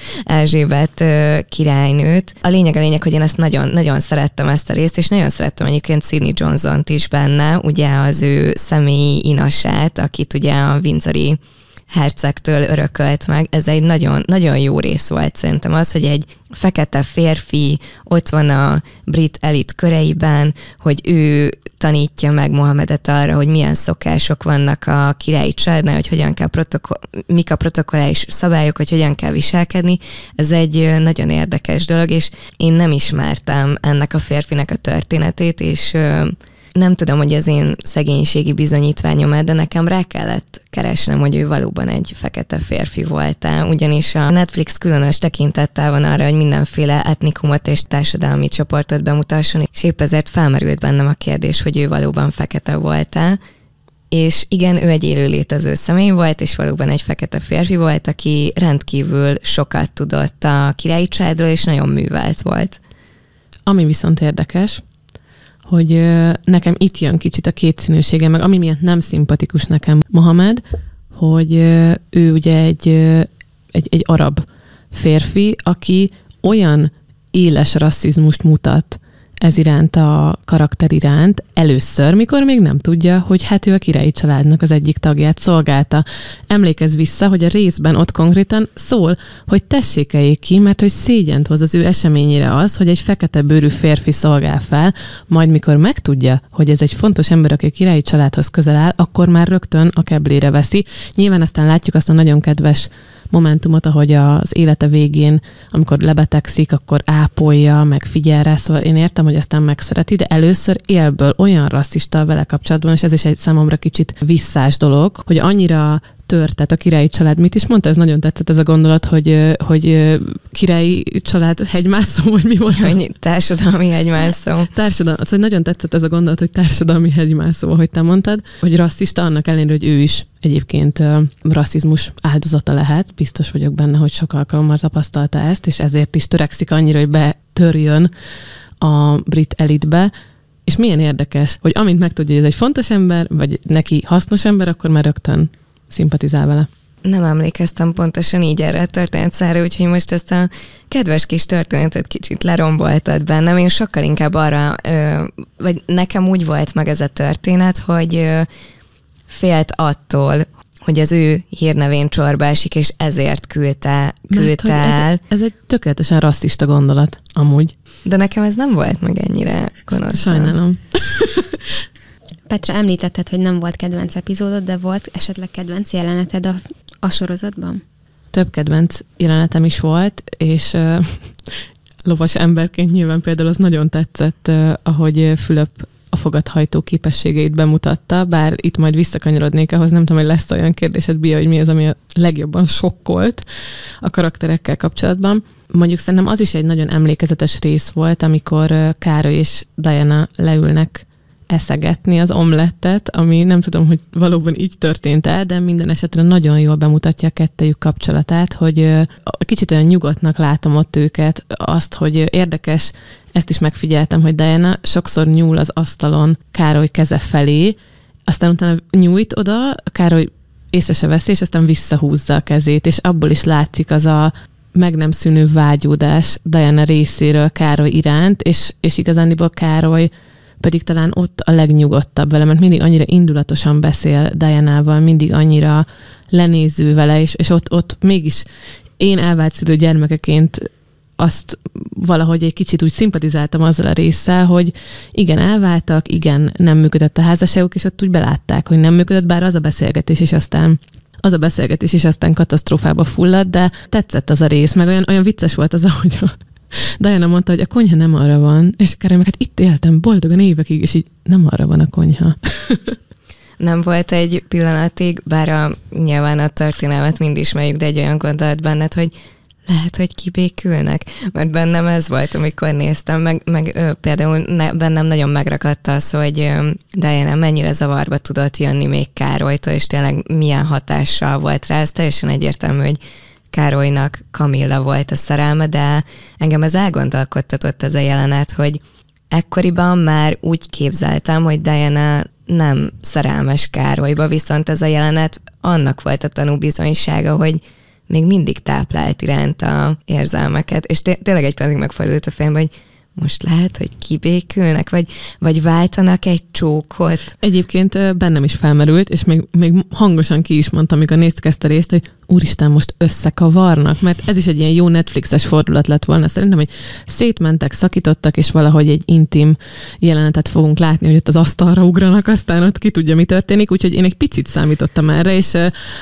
Erzsébet királynőt. A lényeg a lényeg, hogy én ezt nagyon, nagyon szerettem ezt a részt, és nagyon szerettem egyébként Sidney Johnson-t is benne, ugye az ő személyi inasát, akit ugye a windsori hercegtől örökölt meg. Ez egy nagyon, nagyon jó rész volt szerintem az, hogy egy fekete férfi ott van a brit elit köreiben, hogy ő tanítja meg Mohamedet arra, hogy milyen szokások vannak a királyi családnál, hogy hogyan kell protoko- mik a protokolláris szabályok, hogy hogyan kell viselkedni. Ez egy nagyon érdekes dolog, és én nem ismertem ennek a férfinek a történetét, és nem tudom, hogy az én szegénységi bizonyítványom, de nekem rá kellett keresnem, hogy ő valóban egy fekete férfi volt-e, ugyanis a Netflix különös tekintettel van arra, hogy mindenféle etnikumot és társadalmi csoportot bemutasson, és épp ezért felmerült bennem a kérdés, hogy ő valóban fekete volt-e, és igen, ő egy élő létező személy volt, és valóban egy fekete férfi volt, aki rendkívül sokat tudott a királyi családról, és nagyon művelt volt. Ami viszont érdekes, hogy nekem itt jön kicsit a kétszínűsége, meg ami miatt nem szimpatikus nekem Mohamed, hogy ő ugye egy, egy, egy arab férfi, aki olyan éles rasszizmust mutat ez iránt a karakter iránt először, mikor még nem tudja, hogy hát ő a királyi családnak az egyik tagját szolgálta. Emlékezz vissza, hogy a részben ott konkrétan szól, hogy tessékeljék ki, mert hogy szégyent hoz az ő eseményére az, hogy egy fekete bőrű férfi szolgál fel, majd mikor megtudja, hogy ez egy fontos ember, aki a királyi családhoz közel áll, akkor már rögtön a keblére veszi. Nyilván aztán látjuk azt a nagyon kedves momentumot, ahogy az élete végén, amikor lebetegszik, akkor ápolja, meg figyel rá, szóval én értem, hogy aztán megszereti, de először élből olyan rasszista vele kapcsolatban, és ez is egy számomra kicsit visszás dolog, hogy annyira törtet a királyi család. Mit is mondta? Ez nagyon tetszett ez a gondolat, hogy, hogy királyi család hegymászó, vagy mi volt? Hogy társadalmi hegymászó. Társadalmi, az, hogy nagyon tetszett ez a gondolat, hogy társadalmi hegymászó, ahogy te mondtad, hogy rasszista, annak ellenére, hogy ő is egyébként uh, rasszizmus áldozata lehet. Biztos vagyok benne, hogy sok alkalommal tapasztalta ezt, és ezért is törekszik annyira, hogy betörjön a brit elitbe. És milyen érdekes, hogy amint megtudja, hogy ez egy fontos ember, vagy neki hasznos ember, akkor már rögtön szimpatizál vele. Nem emlékeztem pontosan így erre a történetszára, úgyhogy most ezt a kedves kis történetet kicsit leromboltad bennem. Én sokkal inkább arra, vagy nekem úgy volt meg ez a történet, hogy félt attól, hogy az ő hírnevén csorba esik, és ezért küldte, küldte Mert, el. Ez, ez egy tökéletesen rasszista gondolat, amúgy. De nekem ez nem volt meg ennyire gonosz. Sajnálom. Petra, említetted, hogy nem volt kedvenc epizódod, de volt esetleg kedvenc jeleneted a, a sorozatban? Több kedvenc jelenetem is volt, és uh, lovas emberként nyilván például az nagyon tetszett, uh, ahogy Fülöp a fogathajtó képességeit bemutatta, bár itt majd visszakanyarodnék ahhoz, nem tudom, hogy lesz olyan kérdésed, Bia, hogy mi az, ami a legjobban sokkolt a karakterekkel kapcsolatban. Mondjuk szerintem az is egy nagyon emlékezetes rész volt, amikor Károly és Diana leülnek eszegetni az omlettet, ami nem tudom, hogy valóban így történt el, de minden esetre nagyon jól bemutatja a kettejük kapcsolatát, hogy kicsit olyan nyugodtnak látom ott őket, azt, hogy érdekes, ezt is megfigyeltem, hogy Diana sokszor nyúl az asztalon Károly keze felé, aztán utána nyújt oda, Károly észre se veszi, és aztán visszahúzza a kezét, és abból is látszik az a meg nem szűnő vágyódás Diana részéről Károly iránt, és, és igazándiból Károly pedig talán ott a legnyugodtabb vele, mert mindig annyira indulatosan beszél Dianával, mindig annyira lenéző vele, és, és ott, ott mégis én elvált szülő gyermekeként azt valahogy egy kicsit úgy szimpatizáltam azzal a résszel, hogy igen, elváltak, igen, nem működött a házasságuk, és ott úgy belátták, hogy nem működött, bár az a beszélgetés is aztán az a beszélgetés is aztán katasztrófába fulladt, de tetszett az a rész, meg olyan, olyan vicces volt az, ahogy a Diana mondta, hogy a konyha nem arra van, és Károly meg hát itt éltem boldogan évekig, és így nem arra van a konyha. Nem volt egy pillanatig, bár a, nyilván a történelmet mind ismerjük, de egy olyan gondolat benned, hogy lehet, hogy kibékülnek, mert bennem ez volt, amikor néztem, meg, meg ő, például ne, bennem nagyon megrakadt az, hogy ö, Diana mennyire zavarba tudott jönni még Károlytól, és tényleg milyen hatással volt rá, ez teljesen egyértelmű, hogy Károlynak Kamilla volt a szerelme, de engem ez elgondolkodtatott ez a jelenet, hogy ekkoriban már úgy képzeltem, hogy Diana nem szerelmes Károlyba, viszont ez a jelenet annak volt a tanúbizonysága, hogy még mindig táplált iránta érzelmeket, és té- tényleg egy percig megfordult a fejembe, hogy most lehet, hogy kibékülnek, vagy, vagy váltanak egy csókot. Egyébként bennem is felmerült, és még, még hangosan ki is mondtam, amikor néztük ezt a részt, hogy úristen, most összekavarnak, mert ez is egy ilyen jó Netflixes fordulat lett volna. Szerintem, hogy szétmentek, szakítottak, és valahogy egy intim jelenetet fogunk látni, hogy ott az asztalra ugranak, aztán ott ki tudja, mi történik, úgyhogy én egy picit számítottam erre, és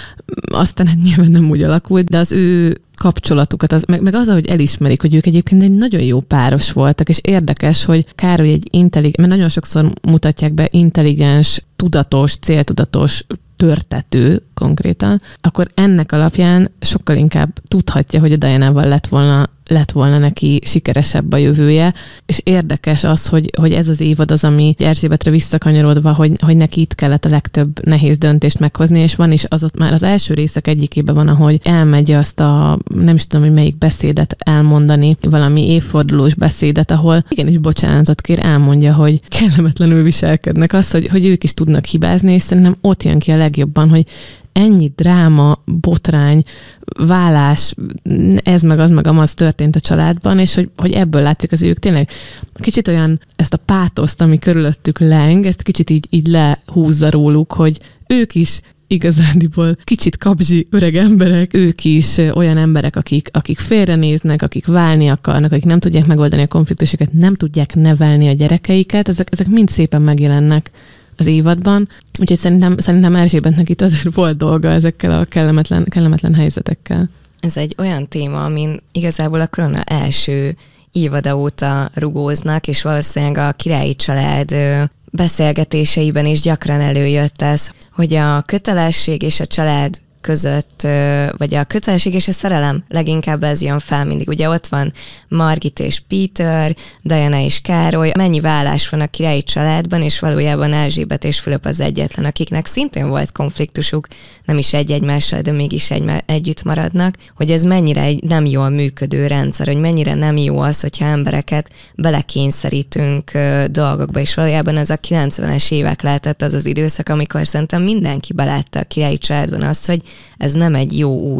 aztán hát nyilván nem úgy alakult, de az ő kapcsolatukat, az, meg, meg az, hogy elismerik, hogy ők egyébként egy nagyon jó páros voltak, és érdekes, hogy Károly egy intelligens, mert nagyon sokszor mutatják be intelligens, tudatos, céltudatos törtető konkrétan, akkor ennek alapján sokkal inkább tudhatja, hogy a Dianával lett volna lett volna neki sikeresebb a jövője, és érdekes az, hogy, hogy ez az évad az, ami Erzsébetre visszakanyarodva, hogy, hogy neki itt kellett a legtöbb nehéz döntést meghozni, és van is, az ott már az első részek egyikében van, ahogy elmegy azt a, nem is tudom, hogy melyik beszédet elmondani, valami évfordulós beszédet, ahol igenis bocsánatot kér, elmondja, hogy kellemetlenül viselkednek, az, hogy, hogy ők is tudnak hibázni, és szerintem ott jön ki a legjobban, hogy ennyi dráma, botrány, vállás, ez meg az meg amaz történt a családban, és hogy, hogy ebből látszik az ők tényleg kicsit olyan ezt a pátoszt, ami körülöttük leng, ezt kicsit így, így lehúzza róluk, hogy ők is igazándiból kicsit kapzsi öreg emberek, ők is olyan emberek, akik, akik félrenéznek, akik válni akarnak, akik nem tudják megoldani a konfliktusokat, nem tudják nevelni a gyerekeiket, ezek, ezek mind szépen megjelennek az évadban. Úgyhogy szerintem, szerintem Erzsébetnek itt azért volt dolga ezekkel a kellemetlen, kellemetlen helyzetekkel. Ez egy olyan téma, amin igazából a korona első évada óta rugóznak, és valószínűleg a királyi család beszélgetéseiben is gyakran előjött ez, hogy a kötelesség és a család között, vagy a kötelesség és a szerelem, leginkább ez jön fel mindig. Ugye ott van Margit és Peter, Diana és Károly, mennyi vállás van a királyi családban, és valójában Erzsébet és Fülöp az egyetlen, akiknek szintén volt konfliktusuk, nem is egy-egymással, de mégis egy, együtt maradnak, hogy ez mennyire egy nem jól működő rendszer, hogy mennyire nem jó az, hogyha embereket belekényszerítünk dolgokba, és valójában ez a kilencvenes évek lehetett az az időszak, amikor szerintem mindenki belátta a királyi családban azt, hogy ez nem egy jó út.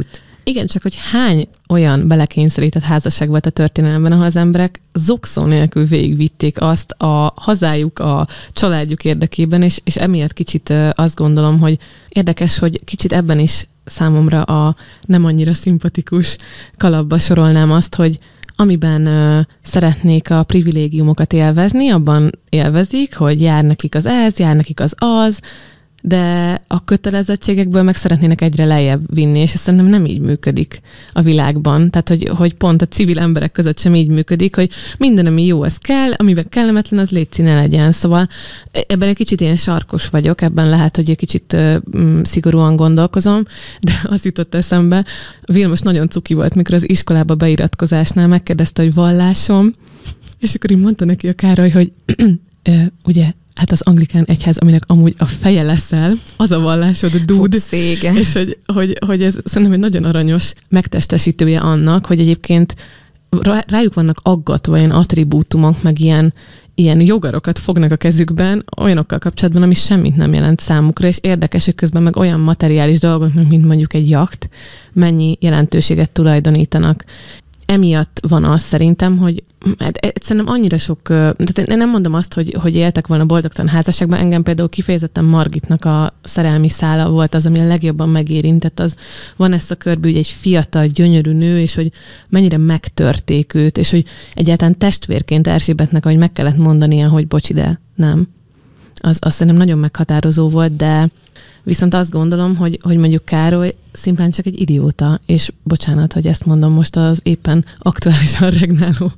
Igen, csak hogy hány olyan belekényszerített házasság volt a történelemben, ahol az emberek zokszó nélkül végigvitték azt a hazájuk, a családjuk érdekében, és, és emiatt kicsit azt gondolom, hogy érdekes, hogy kicsit ebben is számomra a nem annyira szimpatikus kalapba sorolnám azt, hogy amiben uh, szeretnék a privilégiumokat élvezni, abban élvezik, hogy jár nekik az ez, jár nekik az az, de a kötelezettségekből meg szeretnének egyre lejjebb vinni, és ez szerintem nem így működik a világban. Tehát, hogy, hogy pont a civil emberek között sem így működik, hogy minden, ami jó, az kell, amiben kellemetlen, az légy színe legyen. Szóval ebben egy kicsit ilyen sarkos vagyok, ebben lehet, hogy egy kicsit uh, szigorúan gondolkozom, de az jutott eszembe. Vilmos nagyon cuki volt, mikor az iskolába beiratkozásnál megkérdezte, hogy vallásom, és akkor így mondta neki a Károly, hogy ugye, hát az anglikán egyház, aminek amúgy a feje leszel, az a vallásod, a dude. És hogy, hogy, hogy ez szerintem egy nagyon aranyos megtestesítője annak, hogy egyébként rájuk vannak aggatva ilyen attribútumok, meg ilyen, ilyen jogarokat fognak a kezükben, olyanokkal kapcsolatban, ami semmit nem jelent számukra, és érdekes, hogy közben meg olyan materiális dolgok, mint mondjuk egy jakt, mennyi jelentőséget tulajdonítanak. Emiatt van az szerintem, hogy szerintem annyira sok, tehát én nem mondom azt, hogy, hogy éltek volna boldogtalan házasságban, engem például kifejezetten Margitnak a szerelmi szála volt az, ami a legjobban megérintett, az van ezt a körbű, hogy egy fiatal, gyönyörű nő, és hogy mennyire megtörték őt, és hogy egyáltalán testvérként Erzsébetnek, ahogy meg kellett mondania, hogy bocsi, de nem. Az, az szerintem nagyon meghatározó volt, de viszont azt gondolom, hogy, hogy mondjuk Károly szimplán csak egy idióta, és bocsánat, hogy ezt mondom most az éppen aktuálisan regnáló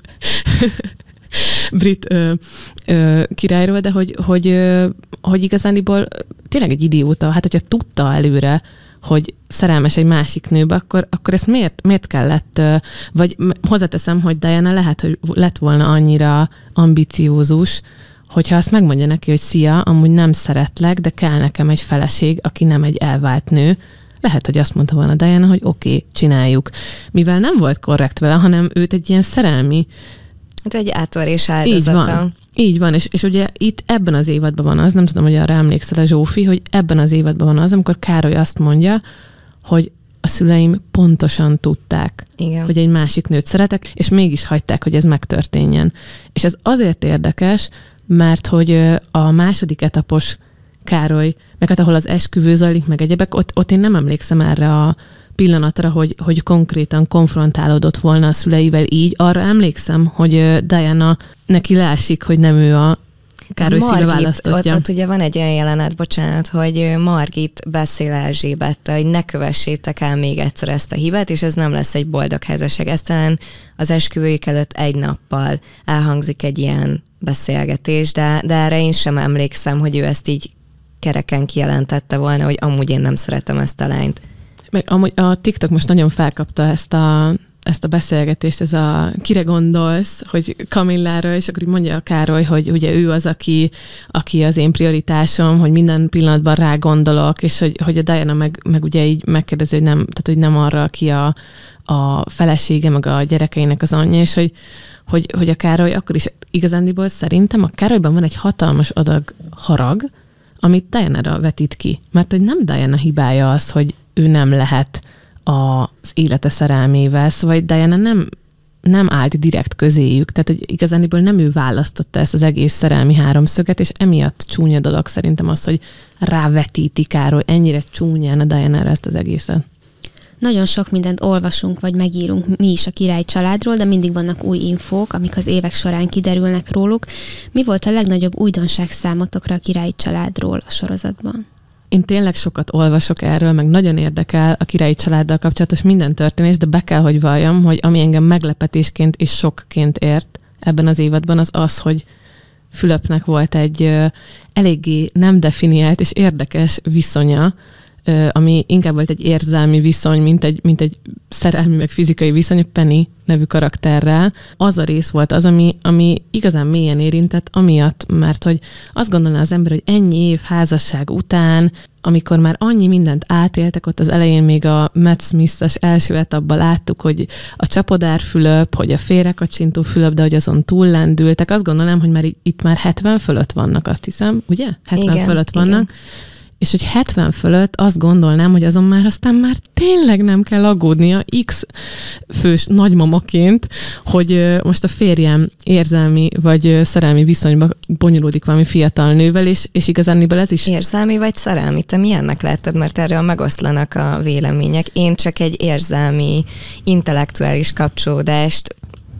brit ö, ö, királyról, de hogy, hogy, ö, hogy igazániból tényleg egy idióta, hát hogyha tudta előre, hogy szerelmes egy másik nőbe, akkor, akkor ezt miért, miért kellett, ö, vagy hozzáteszem, hogy Diana lehet, hogy lett volna annyira ambiciózus, hogyha azt megmondja neki, hogy szia, amúgy nem szeretlek, de kell nekem egy feleség, aki nem egy elvált nő, lehet, hogy azt mondta volna Diana, hogy oké, okay, csináljuk. Mivel nem volt korrekt vele, hanem őt egy ilyen szerelmi... Hát egy átverés áldozata. Így van. Így van, és, és ugye itt ebben az évadban van az, nem tudom, hogy arra emlékszel-e Zsófi, hogy ebben az évadban van az, amikor Károly azt mondja, hogy a szüleim pontosan tudták, igen, hogy egy másik nőt szeretek, és mégis hagyták, hogy ez megtörténjen. És ez azért érdekes, mert hogy a második etapos Károly, meg hát ahol az esküvő zajlik, meg egyebek, ott, ott én nem emlékszem erre a pillanatra, hogy, hogy konkrétan konfrontálódott volna a szüleivel így. Arra emlékszem, hogy Diana neki leesik, hogy nem ő a Károly szíve választottja. Ott, ott ugye van egy olyan jelenet, bocsánat, hogy Margit beszél Erzsébettel, hogy ne kövessétek el még egyszer ezt a hibát, és ez nem lesz egy boldog házasság. Ez talán az esküvőjük előtt egy nappal elhangzik egy ilyen beszélgetés, de, de erre én sem emlékszem, hogy ő ezt így kereken kijelentette volna, hogy amúgy én nem szeretem ezt a lányt. Meg amúgy a TikTok most nagyon felkapta ezt a, ezt a beszélgetést, ez a kire gondolsz, hogy Kamillára, és akkor így mondja a Károly, hogy ugye ő az, aki, aki az én prioritásom, hogy minden pillanatban rá gondolok, és hogy, hogy a Diana meg, meg ugye így megkérdezi, hogy nem, tehát hogy nem arra, aki a, a felesége, meg a gyerekeinek az anyja, és hogy, hogy, hogy a Károly akkor is igazándiból szerintem a Károlyban van egy hatalmas adag harag, amit Diana-ra vetít ki. Mert hogy nem Diana hibája az, hogy ő nem lehet az élete szerelmével, szóval Diana nem, nem állt direkt közéjük, tehát hogy igazániból nem ő választotta ezt az egész szerelmi háromszöget, és emiatt csúnya dolog szerintem az, hogy rávetíti Károly ennyire csúnyán a Diana-ra ezt az egészet. Nagyon sok mindent olvasunk, vagy megírunk mi is a királyi családról, de mindig vannak új infók, amik az évek során kiderülnek róluk. Mi volt a legnagyobb újdonság számotokra a királyi családról a sorozatban? Én tényleg sokat olvasok erről, meg nagyon érdekel a királyi családdal kapcsolatos minden történés, de be kell, hogy valljam, hogy ami engem meglepetésként és sokként ért ebben az évadban, az az, hogy Fülöpnek volt egy ö, eléggé nem definiált és érdekes viszonya, ö, ami inkább volt egy érzelmi viszony, mint egy, mint egy szerelmi, meg fizikai viszony, Penny nevű karakterrel. Az a rész volt az, ami, ami igazán mélyen érintett, amiatt, mert hogy azt gondolná az ember, hogy ennyi év házasság után, amikor már annyi mindent átéltek, ott az elején még a Matt Smith-es első etapban láttuk, hogy a csapodár Fülöp, hogy a félrekacsintó Fülöp, de hogy azon túllendültek. Azt gondolnám, hogy már itt már hetven fölött vannak, azt hiszem, ugye? hetven igen, fölött vannak. Igen. és hogy hetven fölött azt gondolnám, hogy azon már aztán már tényleg nem kell aggódnia X fős nagymamaként, hogy most a férjem érzelmi vagy szerelmi viszonyba bonyolódik valami fiatal nővel, és, és igazániból ez is... Érzelmi vagy szerelmi? Te milyennek láttad? Mert erről megoszlanak a vélemények. Én csak egy érzelmi, intellektuális kapcsolódást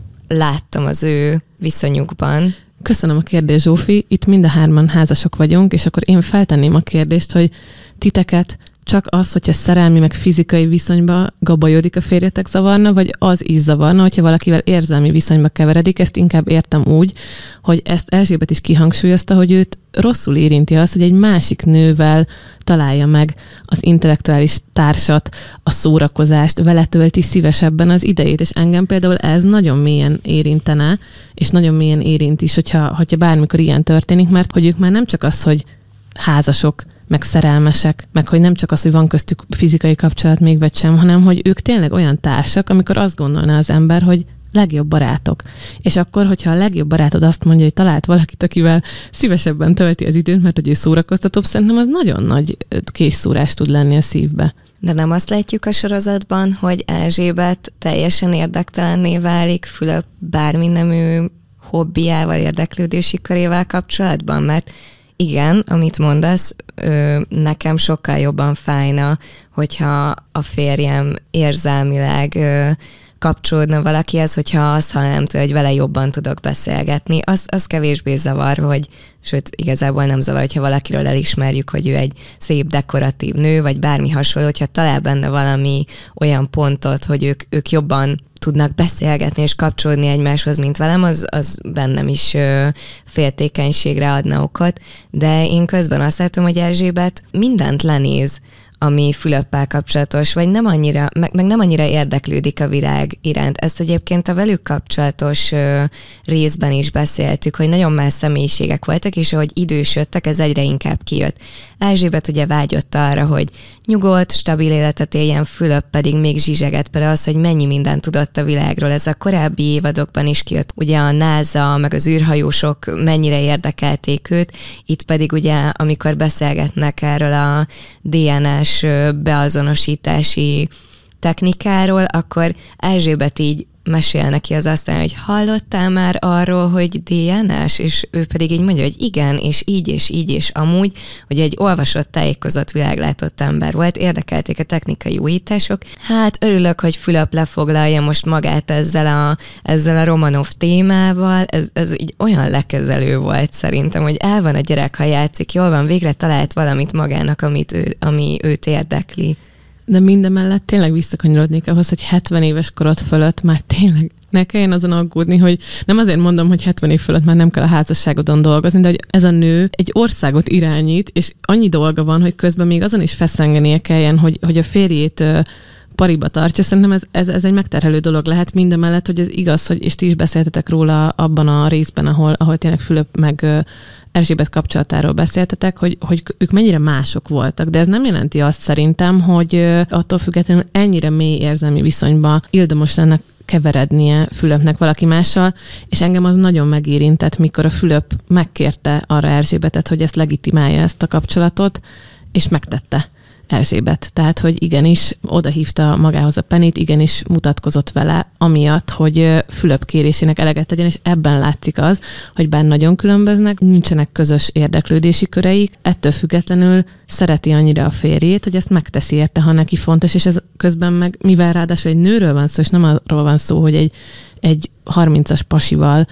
láttam az ő viszonyukban. Köszönöm a kérdést, Zsófi. Itt mind a hárman házasok vagyunk, és akkor én feltenném a kérdést, hogy titeket csak az, hogyha szerelmi meg fizikai viszonyba gabajodik a férjetek zavarna, vagy az is zavarna, hogyha valakivel érzelmi viszonyba keveredik. Ezt inkább értem úgy, hogy ezt Erzsébet is kihangsúlyozta, hogy őt rosszul érinti az, hogy egy másik nővel találja meg az intellektuális társat, a szórakozást, vele tölti szívesebben az idejét, és engem például ez nagyon mélyen érintene, és nagyon mélyen érint is, hogyha, hogyha bármikor ilyen történik, mert hogy ők már nem csak az, hogy házasok, meg szerelmesek, meg hogy nem csak az, hogy van köztük fizikai kapcsolat még vagy sem, hanem hogy ők tényleg olyan társak, amikor azt gondolná az ember, hogy legjobb barátok. És akkor, hogyha a legjobb barátod azt mondja, hogy talált valakit, akivel szívesebben tölti az időt, mert hogy ő szórakoztatóbb, szerintem az nagyon nagy készszúrás tud lenni a szívbe. De nem azt látjuk a sorozatban, hogy Erzsébet teljesen érdektelenné válik Fülöp bármi nemű hobbiával, érdeklődési körével kapcsolatban, mert igen, amit mondasz, ö, nekem sokkal jobban fájna, hogyha a férjem érzelmileg ö, kapcsolódna valakihez, hogyha azt hallanám tőle, hogy vele jobban tudok beszélgetni. Az, az kevésbé zavar, hogy, sőt, igazából nem zavar, hogyha valakiről elismerjük, hogy ő egy szép, dekoratív nő, vagy bármi hasonló, hogyha talál benne valami olyan pontot, hogy ők, ők jobban tudnak beszélgetni és kapcsolódni egymáshoz, mint velem, az, az bennem is ö, féltékenységre adna okot, de én közben azt látom, hogy Erzsébet mindent lenéz, ami Fülöppel kapcsolatos, vagy nem annyira, meg, meg nem annyira érdeklődik a világ iránt. Ezt egyébként a velük kapcsolatos ö, részben is beszéltük, hogy nagyon más személyiségek voltak, és ahogy idősödtek, ez egyre inkább kijött. Erzsébet ugye vágyott arra, hogy nyugodt, stabil életet éljen, Fülöp pedig még zsizseget, például az, hogy mennyi mindent tudott a világról. Ez a korábbi évadokban is kijött. Ugye a NASA, meg az űrhajósok mennyire érdekelték őt, itt pedig ugye, amikor beszélgetnek erről a dé en es beazonosítási technikáról, akkor Erzsébet így mesél neki az asztalán, hogy hallottál már arról, hogy dé en es? És ő pedig így mondja, hogy igen, és így, és így, és amúgy, hogy egy olvasott, tájékozott, világlátott ember volt, érdekelték a technikai újítások. Hát örülök, hogy Fülöp lefoglalja most magát ezzel a, ezzel a Romanov témával, ez, ez így olyan lekezelő volt szerintem, hogy el van a gyerek, ha játszik, jól van, végre talált valamit magának, amit ő, ami őt érdekli. De mindemellett tényleg visszakanyarodnék ahhoz, hogy hetven éves korod fölött már tényleg ne kelljen azon aggódni, hogy nem azért mondom, hogy hetven év fölött már nem kell a házasságodon dolgozni, de hogy ez a nő egy országot irányít, és annyi dolga van, hogy közben még azon is feszengenie kelljen, hogy, hogy a férjét pariba tartja. Szerintem ez, ez, ez egy megterhelő dolog lehet, mindemellett, hogy ez igaz, hogy, és ti is beszéltetek róla abban a részben, ahol, ahol tényleg Fülöp meg Erzsébet kapcsolatáról beszéltetek, hogy, hogy ők mennyire mások voltak, de ez nem jelenti azt szerintem, hogy attól függetlenül ennyire mély érzelmi viszonyba ildomos lenne keverednie Fülöpnek valaki mással, és engem az nagyon megérintett, mikor a Fülöp megkérte arra Erzsébetet, hogy ezt legitimálja, ezt a kapcsolatot, és megtette Erzsébet. Tehát, hogy igenis odahívta magához a Pennyt, igenis mutatkozott vele, amiatt, hogy Fülöp kérésének eleget tegyen, és ebben látszik az, hogy bár nagyon különböznek, nincsenek közös érdeklődési köreik, ettől függetlenül szereti annyira a férjét, hogy ezt megteszi érte, ha neki fontos, és ez közben meg, mivel ráadásul egy nőről van szó, és nem arról van szó, hogy egy, egy harmincas pasival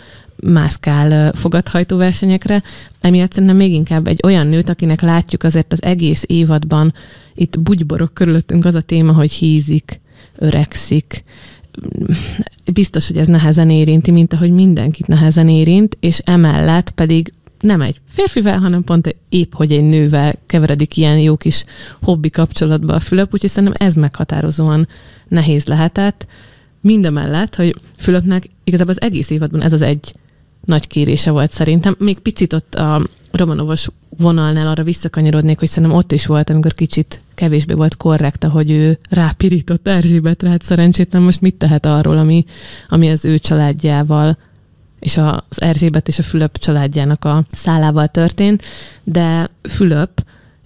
mászkál fogathajtó versenyekre, emiatt szerintem még inkább egy olyan nőt, akinek látjuk azért az egész évadban, itt bugyborok körülöttünk az a téma, hogy hízik, öregszik. Biztos, hogy ez nehezen érinti, mint ahogy mindenkit nehezen érint, és emellett pedig nem egy férfivel, hanem pont épp, hogy egy nővel keveredik ilyen jó kis hobbi kapcsolatba a Fülöp, úgyhogy szerintem ez meghatározóan nehéz lehetett. Mindemellett, hogy Fülöpnek igazából az egész évadban ez az egy nagy kérése volt szerintem. Még picit ott a Romanovos vonalnál arra visszakanyarodnék, hogy szerintem ott is volt, amikor kicsit kevésbé volt korrekt, ahogy ő rápirított Erzsébetre, hát szerencsétlen most mit tehet arról, ami, ami az ő családjával és az Erzsébet és a Fülöp családjának a szálával történt, de Fülöp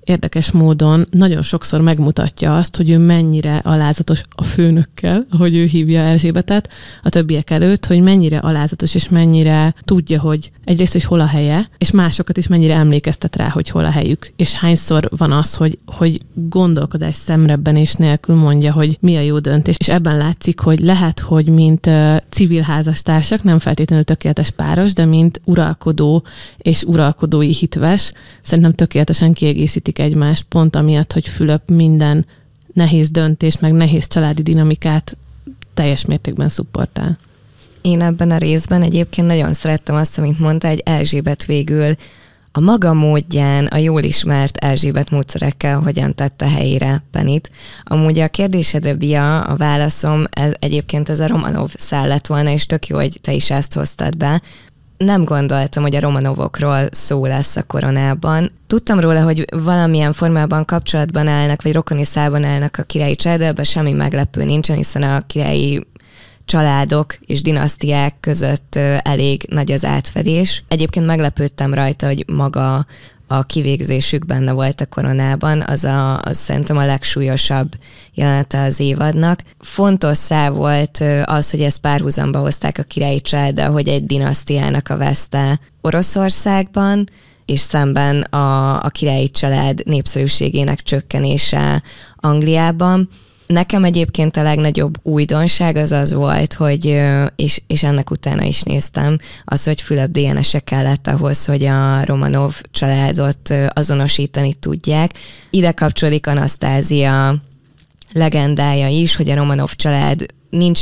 érdekes módon nagyon sokszor megmutatja azt, hogy ő mennyire alázatos a főnökkel, ahogy ő hívja Erzsébetet, a többiek előtt, hogy mennyire alázatos, és mennyire tudja, hogy egyrészt, hogy hol a helye, és másokat is mennyire emlékeztet rá, hogy hol a helyük. És hányszor van az, hogy, hogy gondolkodás szemrebbenés nélkül mondja, hogy mi a jó döntés. És ebben látszik, hogy lehet, hogy mint uh, civil házastársak, nem feltétlenül tökéletes páros, de mint uralkodó és uralkodói hitves, szerintem tökéletesen kiegészítik egymást, pont amiatt, hogy Fülöp minden nehéz döntés, meg nehéz családi dinamikát teljes mértékben szupportál. Én ebben a részben egyébként nagyon szerettem azt, amit mondta, hogy Erzsébet végül a maga módján, a jól ismert Erzsébet módszerekkel hogyan tette helyére Pennyt. Amúgy a kérdésedre, Bia, a válaszom ez, egyébként ez a Romanov szál lett volna, és tök jó, hogy te is ezt hoztad be. Nem gondoltam, hogy a Romanovokról szó lesz a Koronában. Tudtam róla, hogy valamilyen formában kapcsolatban állnak, vagy rokoni szálban állnak a királyi családdal, ebben semmi meglepő nincsen, hiszen a királyi családok és dinasztiák között elég nagy az átfedés. Egyébként meglepődtem rajta, hogy maga a kivégzésük benne volt a Koronában, az, a, az szerintem a legsúlyosabb jelenete az évadnak. Fontos szál volt az, hogy ezt párhuzamba hozták a királyi családdal, hogy egy dinasztiának a veszte Oroszországban, és szemben a, a királyi család népszerűségének csökkenése Angliában. Nekem egyébként a legnagyobb újdonság az az volt, hogy, és, és ennek utána is néztem, az, hogy Fülöp dé en es-e kellett ahhoz, hogy a Romanov családot azonosítani tudják. Ide kapcsolódik Anasztázia legendája is, hogy a Romanov család nincs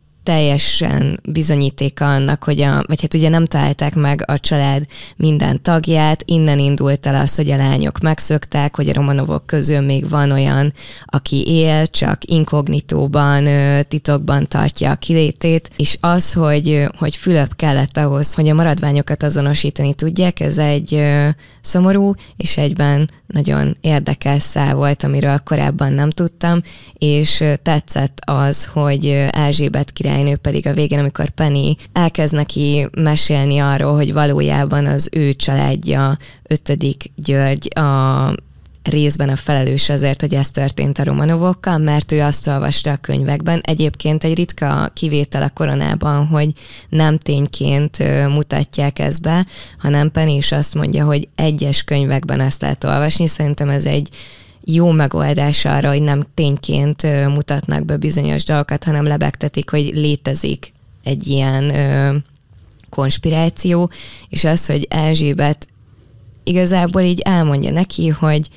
teljesen bizonyítéka annak, hogy a, vagy hát ugye nem találták meg a család minden tagját, innen indult el az, hogy a lányok megszöktek, hogy a Romanovok közül még van olyan, aki él, csak inkognitóban, titokban tartja a kilétét, és az, hogy, hogy Fülöp kellett ahhoz, hogy a maradványokat azonosítani tudják, ez egy szomorú, és egyben nagyon érdekes szál volt, amiről korábban nem tudtam, és tetszett az, hogy Erzsébet királynő pedig a végén, amikor Penny elkezd neki mesélni arról, hogy valójában az ő családja, ötödik György a részben a felelős azért, hogy ez történt a Romanovokkal, mert ő azt olvasta a könyvekben. Egyébként egy ritka kivétel a Koronában, hogy nem tényként mutatják ezt be, hanem Penny is azt mondja, hogy egyes könyvekben ezt lehet olvasni. Szerintem ez egy jó megoldás arra, hogy nem tényként mutatnak be bizonyos dolgokat, hanem lebegtetik, hogy létezik egy ilyen ö, konspiráció, és az, hogy Erzsébet igazából így elmondja neki, hogy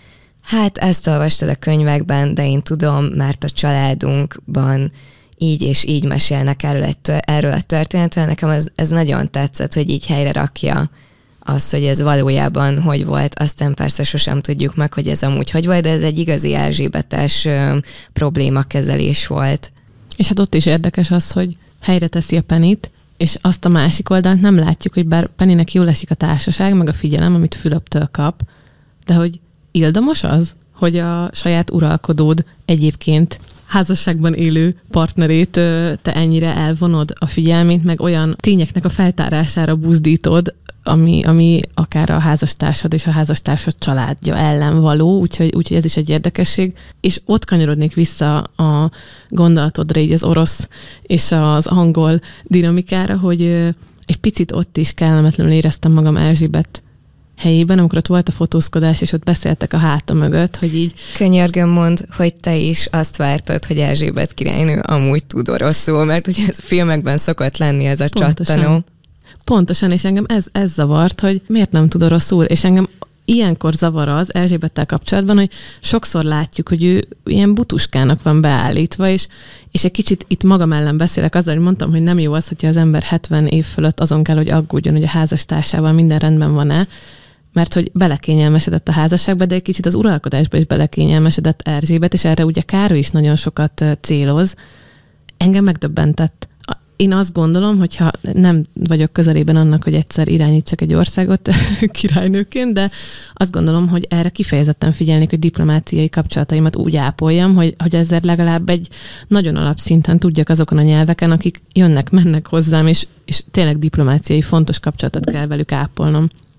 hát ezt olvastad a könyvekben, de én tudom, mert a családunkban így és így mesélnek erről, egy, erről a történetről. Nekem ez, ez nagyon tetszett, hogy így helyre rakja az, hogy ez valójában hogy volt. Aztán persze sosem tudjuk meg, hogy ez amúgy hogy volt, de ez egy igazi erzsébetes ö, problémakezelés volt. És hát ott is érdekes az, hogy helyre teszi a Pennyt, és azt a másik oldalt nem látjuk, hogy bár Pennynek jól esik a társaság, meg a figyelem, amit Fülöptől kap, de hogy ildomos az, hogy a saját uralkodód egyébként házasságban élő partnerét te ennyire elvonod a figyelmét, meg olyan tényeknek a feltárására buzdítod, ami, ami akár a házastársad és a házastársad családja ellen való, úgyhogy, úgyhogy ez is egy érdekesség. És ott kanyarodnék vissza a gondolatodra, így az orosz és az angol dinamikára, hogy egy picit ott is kellemetlenül éreztem magam Erzsébet helyében, amikor ott volt a fotózkodás, és ott beszéltek a háta mögött, hogy így... Könyörgöm, mond, hogy te is azt vártad, hogy Erzsébet királynő amúgy tud oroszul, mert ugye ez filmekben szokott lenni ez a Pontosan. csattanó. Pontosan, és engem ez, ez zavart, hogy miért nem tud oroszul, és engem ilyenkor zavar az Erzsébettel kapcsolatban, hogy sokszor látjuk, hogy ő ilyen butuskának van beállítva, és, és egy kicsit itt magam ellen beszélek azzal, hogy mondtam, hogy nem jó az, hogyha az ember hetven év fölött azon kell, hogy aggódjon, hogy a házastársával minden rendben van-e, mert hogy belekényelmesedett a házasságba, de egy kicsit az uralkodásba is belekényelmesedett Erzsébet, és erre ugye Károly is nagyon sokat céloz. Engem megdöbbentett. Én azt gondolom, hogyha nem vagyok közelében annak, hogy egyszer irányítsak egy országot királynőként, de azt gondolom, hogy erre kifejezetten figyelnék, hogy diplomáciai kapcsolataimat úgy ápoljam, hogy, hogy ezzel legalább egy nagyon alapszinten tudjak azokon a nyelveken, akik jönnek, mennek hozzám, és, és tényleg diplomáciai fontos kapcsolatot kell velük ápolnom.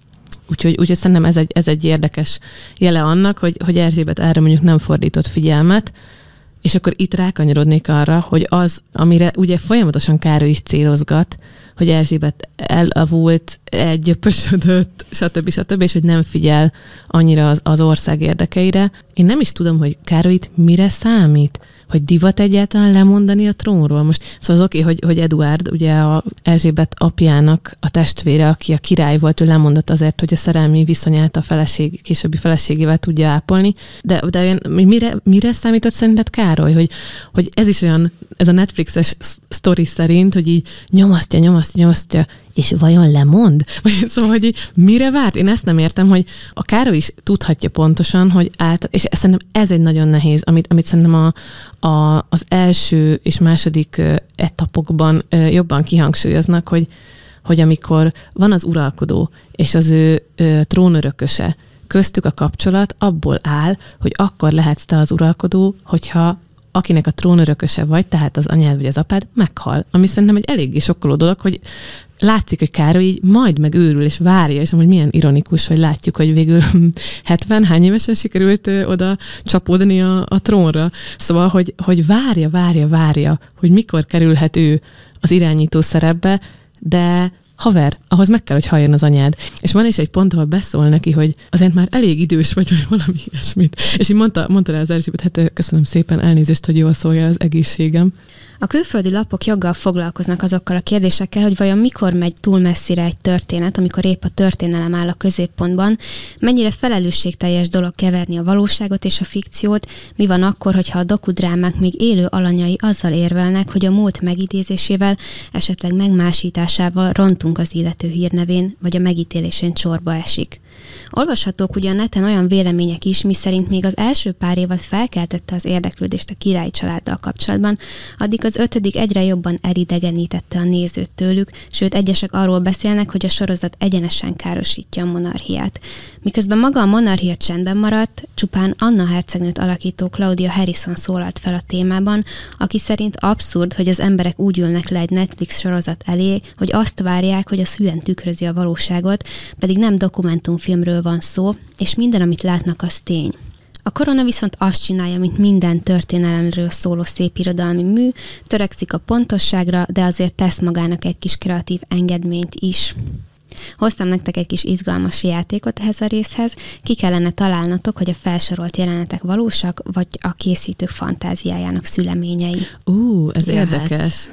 Úgyhogy, úgyhogy szerintem ez egy, ez egy érdekes jele annak, hogy, hogy Erzsébet erre mondjuk nem fordított figyelmet, és akkor itt rákanyarodnék arra, hogy az, amire ugye folyamatosan Károly is célozgat, hogy Erzsébet elavult, elgyöpösödött, stb. stb., és hogy nem figyel annyira az, az ország érdekeire. Én nem is tudom, hogy Károly itt mire számít, hogy divat egyáltalán lemondani a trónról. Most szóval az oké, okay, hogy, hogy Eduárd, ugye a Erzsébet apjának a testvére, aki a király volt, ő lemondott azért, hogy a szerelmi viszonyát a feleség, későbbi feleségével tudja ápolni. De, de mire, mire számított szerinted Károly? Hogy, hogy ez is olyan, ez a Netflixes sztori szerint, hogy így nyomasztja, nyomasztja, nyomasztja, és vajon lemond? Szóval, hogy így, mire várt? Én ezt nem értem, hogy a Károly is tudhatja pontosan, hogy át, és szerintem ez egy nagyon nehéz, amit, amit szerintem a, a, az első és második etapokban jobban kihangsúlyoznak, hogy, hogy amikor van az uralkodó és az ő trónörököse, köztük a kapcsolat abból áll, hogy akkor lehetsz te az uralkodó, hogyha akinek a trónörököse vagy, tehát az anyád vagy az apád, meghal. Ami szerintem egy eléggé sokkoló dolog, hogy látszik, hogy Károly így majd megőrül és várja, és amúgy milyen ironikus, hogy látjuk, hogy végül hetven, hány évesen sikerült ö, oda csapódni a, a trónra. Szóval, hogy, hogy várja, várja, várja, hogy mikor kerülhet ő az irányító szerepbe, de haver, ahhoz meg kell, hogy halljon az anyád. És van is egy pont, ahol beszól neki, hogy azért már elég idős vagy, vagy valami ilyesmit. És így mondta, mondta rá az Erzsébet, hát köszönöm szépen, elnézést, hogy jól szolgál az egészségem. A külföldi lapok joggal foglalkoznak azokkal a kérdésekkel, hogy vajon mikor megy túl messzire egy történet, amikor épp a történelem áll a középpontban, mennyire felelősségteljes dolog keverni a valóságot és a fikciót, mi van akkor, hogyha a dokudrámák még élő alanyai azzal érvelnek, hogy a múlt megidézésével, esetleg megmásításával rontunk az illető hírnevén, vagy a megítélésén csorba esik. Olvashatók ugye a neten olyan vélemények is, miszerint még az első pár évad felkeltette az érdeklődést a királyi családdal kapcsolatban, addig az ötödik egyre jobban elidegenítette a nézőt tőlük, sőt egyesek arról beszélnek, hogy a sorozat egyenesen károsítja a monarchiát. Miközben maga a monarchia csendben maradt, csupán Anna hercegnőt alakító Claudia Harrison szólalt fel a témában, aki szerint abszurd, hogy az emberek úgy ülnek le egy Netflix sorozat elé, hogy azt várják, hogy az hülyen tükrözi a valóságot, pedig nem dokumentumfilmről van szó, és minden, amit látnak, az tény. A korona viszont azt csinálja, mint minden történelemről szóló szép irodalmi mű, törekszik a pontosságra, de azért tesz magának egy kis kreatív engedményt is. Hoztam nektek egy kis izgalmas játékot ehhez a részhez, ki kellene találnatok, hogy a felsorolt jelenetek valósak, vagy a készítők fantáziájának szüleményei. Ú, ez Jöhet. érdekes.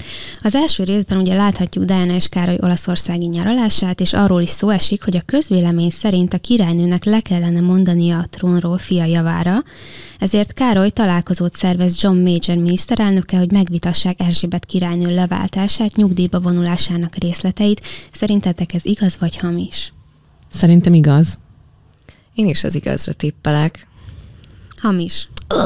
Az első részben ugye láthatjuk Diana és Károly olaszországi nyaralását, és arról is szó esik, hogy a közvélemény szerint a királynőnek le kellene mondania a trónról fia javára, ezért Károly találkozót szervez John Major miniszterelnöke, hogy megvitassák Erzsébet királynő leváltását, nyugdíjba vonulásának részleteit. Szerintetek ez igaz vagy hamis? Szerintem igaz. Én is az igazra tippelek. Hamis.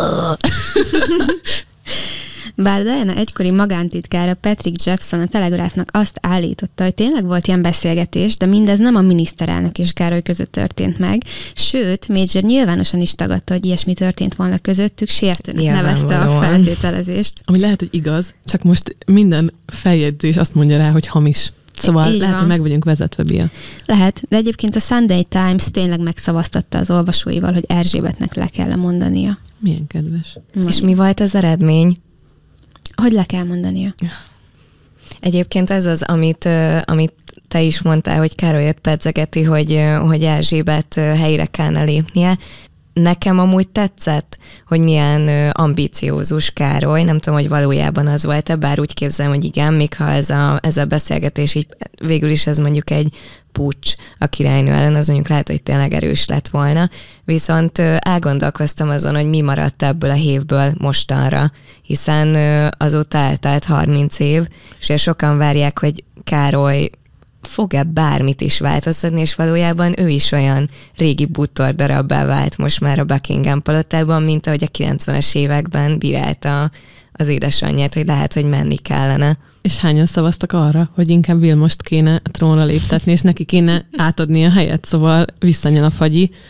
Bár Diana egykori magántitkára Patrick Jeffson a Telegráfnak azt állította, hogy tényleg volt ilyen beszélgetés, de mindez nem a miniszterelnök és Károly között történt meg, sőt, Major nyilvánosan is tagadta, hogy ilyesmi történt volna közöttük, sértőnek nevezte a feltételezést. Ami lehet, hogy igaz, csak most minden feljegyzés azt mondja rá, hogy hamis. Szóval Így lehet, van. hogy meg vagyunk vezetve, Bia. Lehet, de egyébként a Sunday Times tényleg megszavaztatta az olvasóival, hogy Erzsébetnek le kell mondania. Milyen kedves. És mi volt az eredmény? Hogy le kell mondania? Egyébként ez az, amit, amit te is mondtál, hogy Károlyot pedzegeti, hogy, hogy Erzsébet helyre kellene lépnie. Nekem amúgy tetszett, hogy milyen ambíciózus Károly, nem tudom, hogy valójában az volt-e, bár úgy képzelem, hogy igen, még ha ez a, ez a beszélgetés így végül is ez mondjuk egy puccs a királynő ellen, az mondjuk lehet, hogy tényleg erős lett volna. Viszont elgondolkoztam azon, hogy mi maradt ebből a hévből mostanra, hiszen azóta eltelt harminc év, és sokan várják, hogy Károly fog-e bármit is változtatni, és valójában ő is olyan régi bútor darabbá vált most már a Buckingham palotában, mint ahogy a kilencvenes években bírálta az édesanyját, hogy lehet, hogy menni kellene. És hányan szavaztak arra, hogy inkább Vilmost kéne a trónra léptetni, és neki kéne átadni a helyet, szóval visszanyel a fagyi.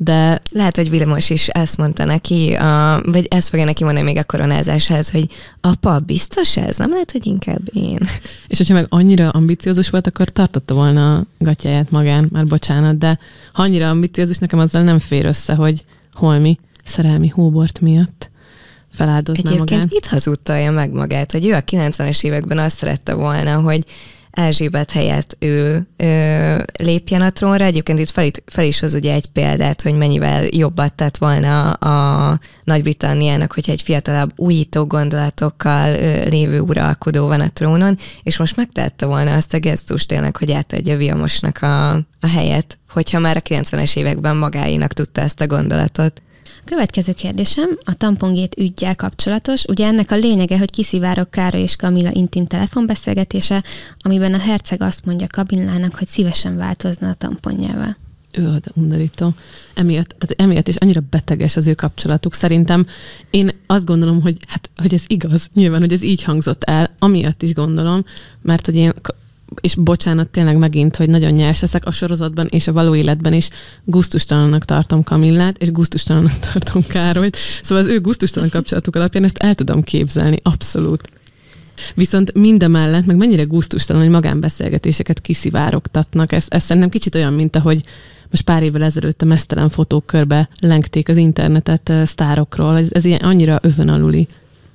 de... Lehet, hogy Vilmos is ezt mondta neki, a, vagy ezt fogja neki mondani még a koronázáshoz, hogy apa, biztos ez? Nem lehet, hogy inkább én. És hogyha meg annyira ambiciózus volt, akkor tartotta volna a gatyáját magán, már bocsánat, de ha annyira ambiciózus, nekem azzal nem fér össze, hogy holmi szerelmi hóbort miatt feláldozná Egyébként magát. itt hazudtolja meg magát, hogy ő a kilencvenes években azt szerette volna, hogy Erzsébet helyett ő ö, lépjen a trónra. Egyébként itt fel, fel is hoz ugye egy példát, hogy mennyivel jobbat tett volna a Nagy-Britanniának, hogyha egy fiatalabb, újító gondolatokkal ö, lévő uralkodó van a trónon, és most megtette volna azt a gesztust tényleg, hogy átadja Vilmosnak a, a helyet, hogyha már a kilencvenes években magáénak tudta ezt a gondolatot. Következő kérdésem a tampongét üggyel kapcsolatos. Ugye ennek a lényege, hogy kiszivárog Károly és Kamilla intim telefonbeszélgetése, amiben a herceg azt mondja Kamillának, hogy szívesen változna a tamponjával. Ő, de undorító. Emiatt, tehát emiatt is annyira beteges az ő kapcsolatuk. Szerintem én azt gondolom, hogy, hát, hogy ez igaz. Nyilván, hogy ez így hangzott el. Amiatt is gondolom, mert hogy én... és bocsánat, tényleg megint, hogy nagyon nyers leszek a sorozatban és a való életben is gusztustalannak tartom Kamillát, és gusztustalannak tartom Károlyt. Szóval az ő gusztustalan kapcsolatuk alapján ezt el tudom képzelni, abszolút. Viszont mindemellett, meg mennyire gusztustalan, hogy magánbeszélgetéseket kiszivárogtatnak. Ez, ez szerintem kicsit olyan, mint ahogy most pár évvel ezelőtt a meztelen fotók körbe lengték az internetet uh, sztárokról. Ez, ez ilyen annyira övön aluli.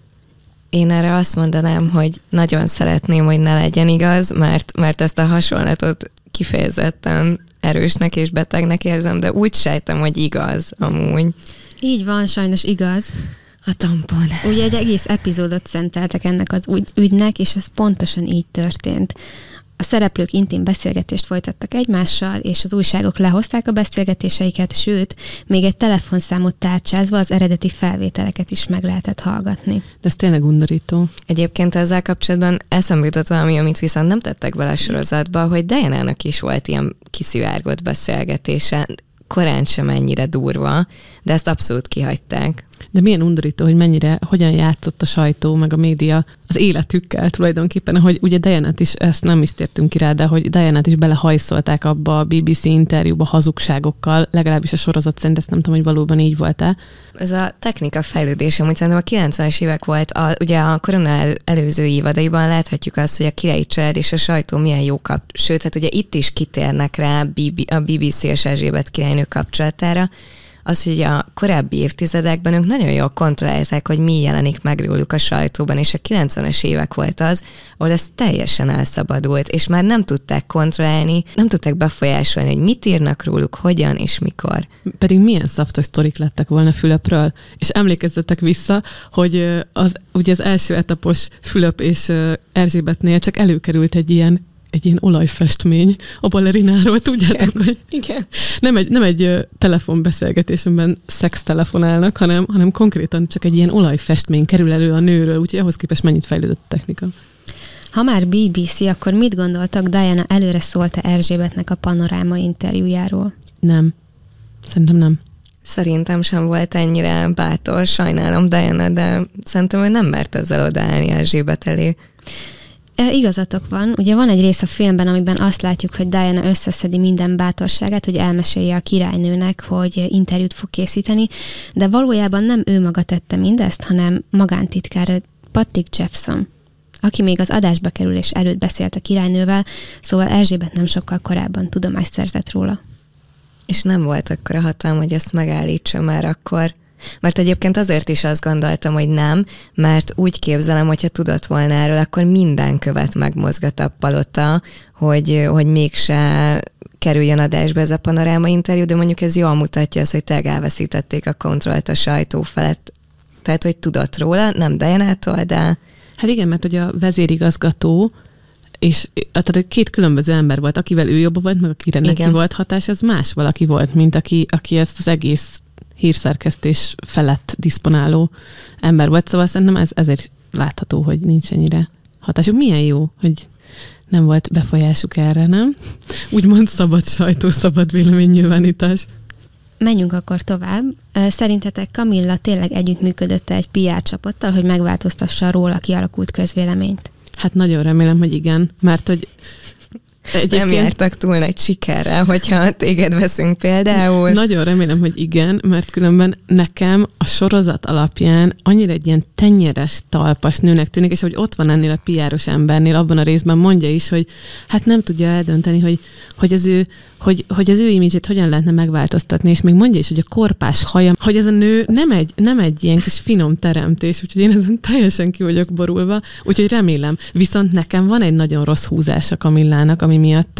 Én erre azt mondanám, hogy nagyon szeretném, hogy ne legyen igaz, mert, mert ezt a hasonlatot kifejezetten erősnek és betegnek érzem, de úgy sejtem, hogy igaz amúgy. Így van, sajnos igaz. A tampon. Ugye egy egész epizódot szenteltek ennek az ügy, ügynek, és ez pontosan így történt. A szereplők intim beszélgetést folytattak egymással, és az újságok lehozták a beszélgetéseiket, sőt, még egy telefonszámot tárcsázva az eredeti felvételeket is meg lehetett hallgatni. De ez tényleg undorító. Egyébként ezzel kapcsolatban eszembe jutott valami, amit viszont nem tettek bele a sorozatba, hogy Diana-nak is volt ilyen kiszivárgott beszélgetése, korán sem ennyire durva, de ezt abszolút kihagyták. De milyen undorító, hogy mennyire, hogyan játszott a sajtó, meg a média az életükkel tulajdonképpen, hogy ugye Dianát is, ezt nem is tértünk ki rá, de hogy Dianát is belehajszolták abba a bé bé cé interjúba hazugságokkal, legalábbis a sorozat szerint, ezt nem tudom, hogy valóban így volt-e. Ez a technika fejlődése, amúgy szerintem a kilencvenes évek volt, a, ugye a korona el, előző évadaiban láthatjuk azt, hogy a királyi család és a sajtó milyen jó kap, sőt, hát ugye itt is kitérnek rá a bé bé cé és Erzsébet királynő kapcsolatára, az, hogy a korábbi évtizedekben ők nagyon jól kontrollálták, hogy mi jelenik meg róluk a sajtóban, és a kilencvenes évek volt az, ahol ez teljesen elszabadult, és már nem tudták kontrollálni, nem tudták befolyásolni, hogy mit írnak róluk, hogyan és mikor. Pedig milyen szaftos sztorik lettek volna Fülöpről, és emlékezzetek vissza, hogy az, ugye az első etapos Fülöp és Erzsébetnél csak előkerült egy ilyen egy ilyen olajfestmény a balerináról, tudjátok, igen, hogy igen. Nem, egy, nem egy telefonbeszélgetésben szex telefonálnak, hanem, hanem konkrétan csak egy ilyen olajfestmény kerül elő a nőről, úgyhogy ahhoz képest mennyit fejlődött a technika. Ha már bé bé cé, akkor mit gondoltak, Diana előre szólt-e Erzsébetnek a Panoráma interjújáról? Nem. Szerintem nem. Szerintem sem volt ennyire bátor, sajnálom Diana, de szerintem ő nem mert ezzel odaállni Erzsébet elé. E, igazatok van. Ugye van egy rész a filmben, amiben azt látjuk, hogy Diana összeszedi minden bátorságát, hogy elmesélje a királynőnek, hogy interjút fog készíteni, de valójában nem ő maga tette mindezt, hanem magántitkár Patrick Jeffson, aki még az adásba kerülés előtt beszélt a királynővel, szóval Erzsébet nem sokkal korábban tudomást szerzett róla. És nem volt akkora hatalma, hogy ezt megállítsa már akkor. Mert egyébként azért is azt gondoltam, hogy nem, mert úgy képzelem, hogyha tudott volna erről, akkor minden követ megmozgat a palota, hogy, hogy mégse kerüljön adásba ez a Panoráma interjú, de mondjuk ez jól mutatja azt, hogy tényleg elveszítették a kontrollt a sajtó felett. Tehát, hogy tudott róla, nem Dianától, de... Hát igen, mert hogy a vezérigazgató, és tehát két különböző ember volt, akivel ő jobban volt, meg akire neki volt hatás, ez más valaki volt, mint aki, aki ezt az egész hírszerkesztés felett diszponáló ember volt, szóval szerintem ez, ezért látható, hogy nincs ennyire hatásuk. Milyen jó, hogy nem volt befolyásuk erre, nem? Úgymond szabad sajtó, szabad véleménynyilvánítás. Menjünk akkor tovább. Szerintetek Kamilla tényleg együttműködött egy pé er csapattal, hogy megváltoztassa róla kialakult közvéleményt? Hát nagyon remélem, hogy igen, mert hogy Egyébként... nem jártak túl nagy sikerrel, hogyha téged veszünk például. Nagyon remélem, hogy igen, mert különben nekem a sorozat alapján annyira egy ilyen tenyeres, talpas nőnek tűnik, és hogy ott van ennél a pé er-os embernél, abban a részben mondja is, hogy hát nem tudja eldönteni, hogy, hogy az ő hogy, hogy az ő imidzsét hogyan lehetne megváltoztatni, és még mondja is, hogy a korpás haja, hogy ez a nő nem egy, nem egy ilyen kis finom teremtés, úgyhogy én ezen teljesen ki vagyok borulva, úgyhogy remélem. Viszont nekem van egy nagyon rossz húzás a Camillának, ami miatt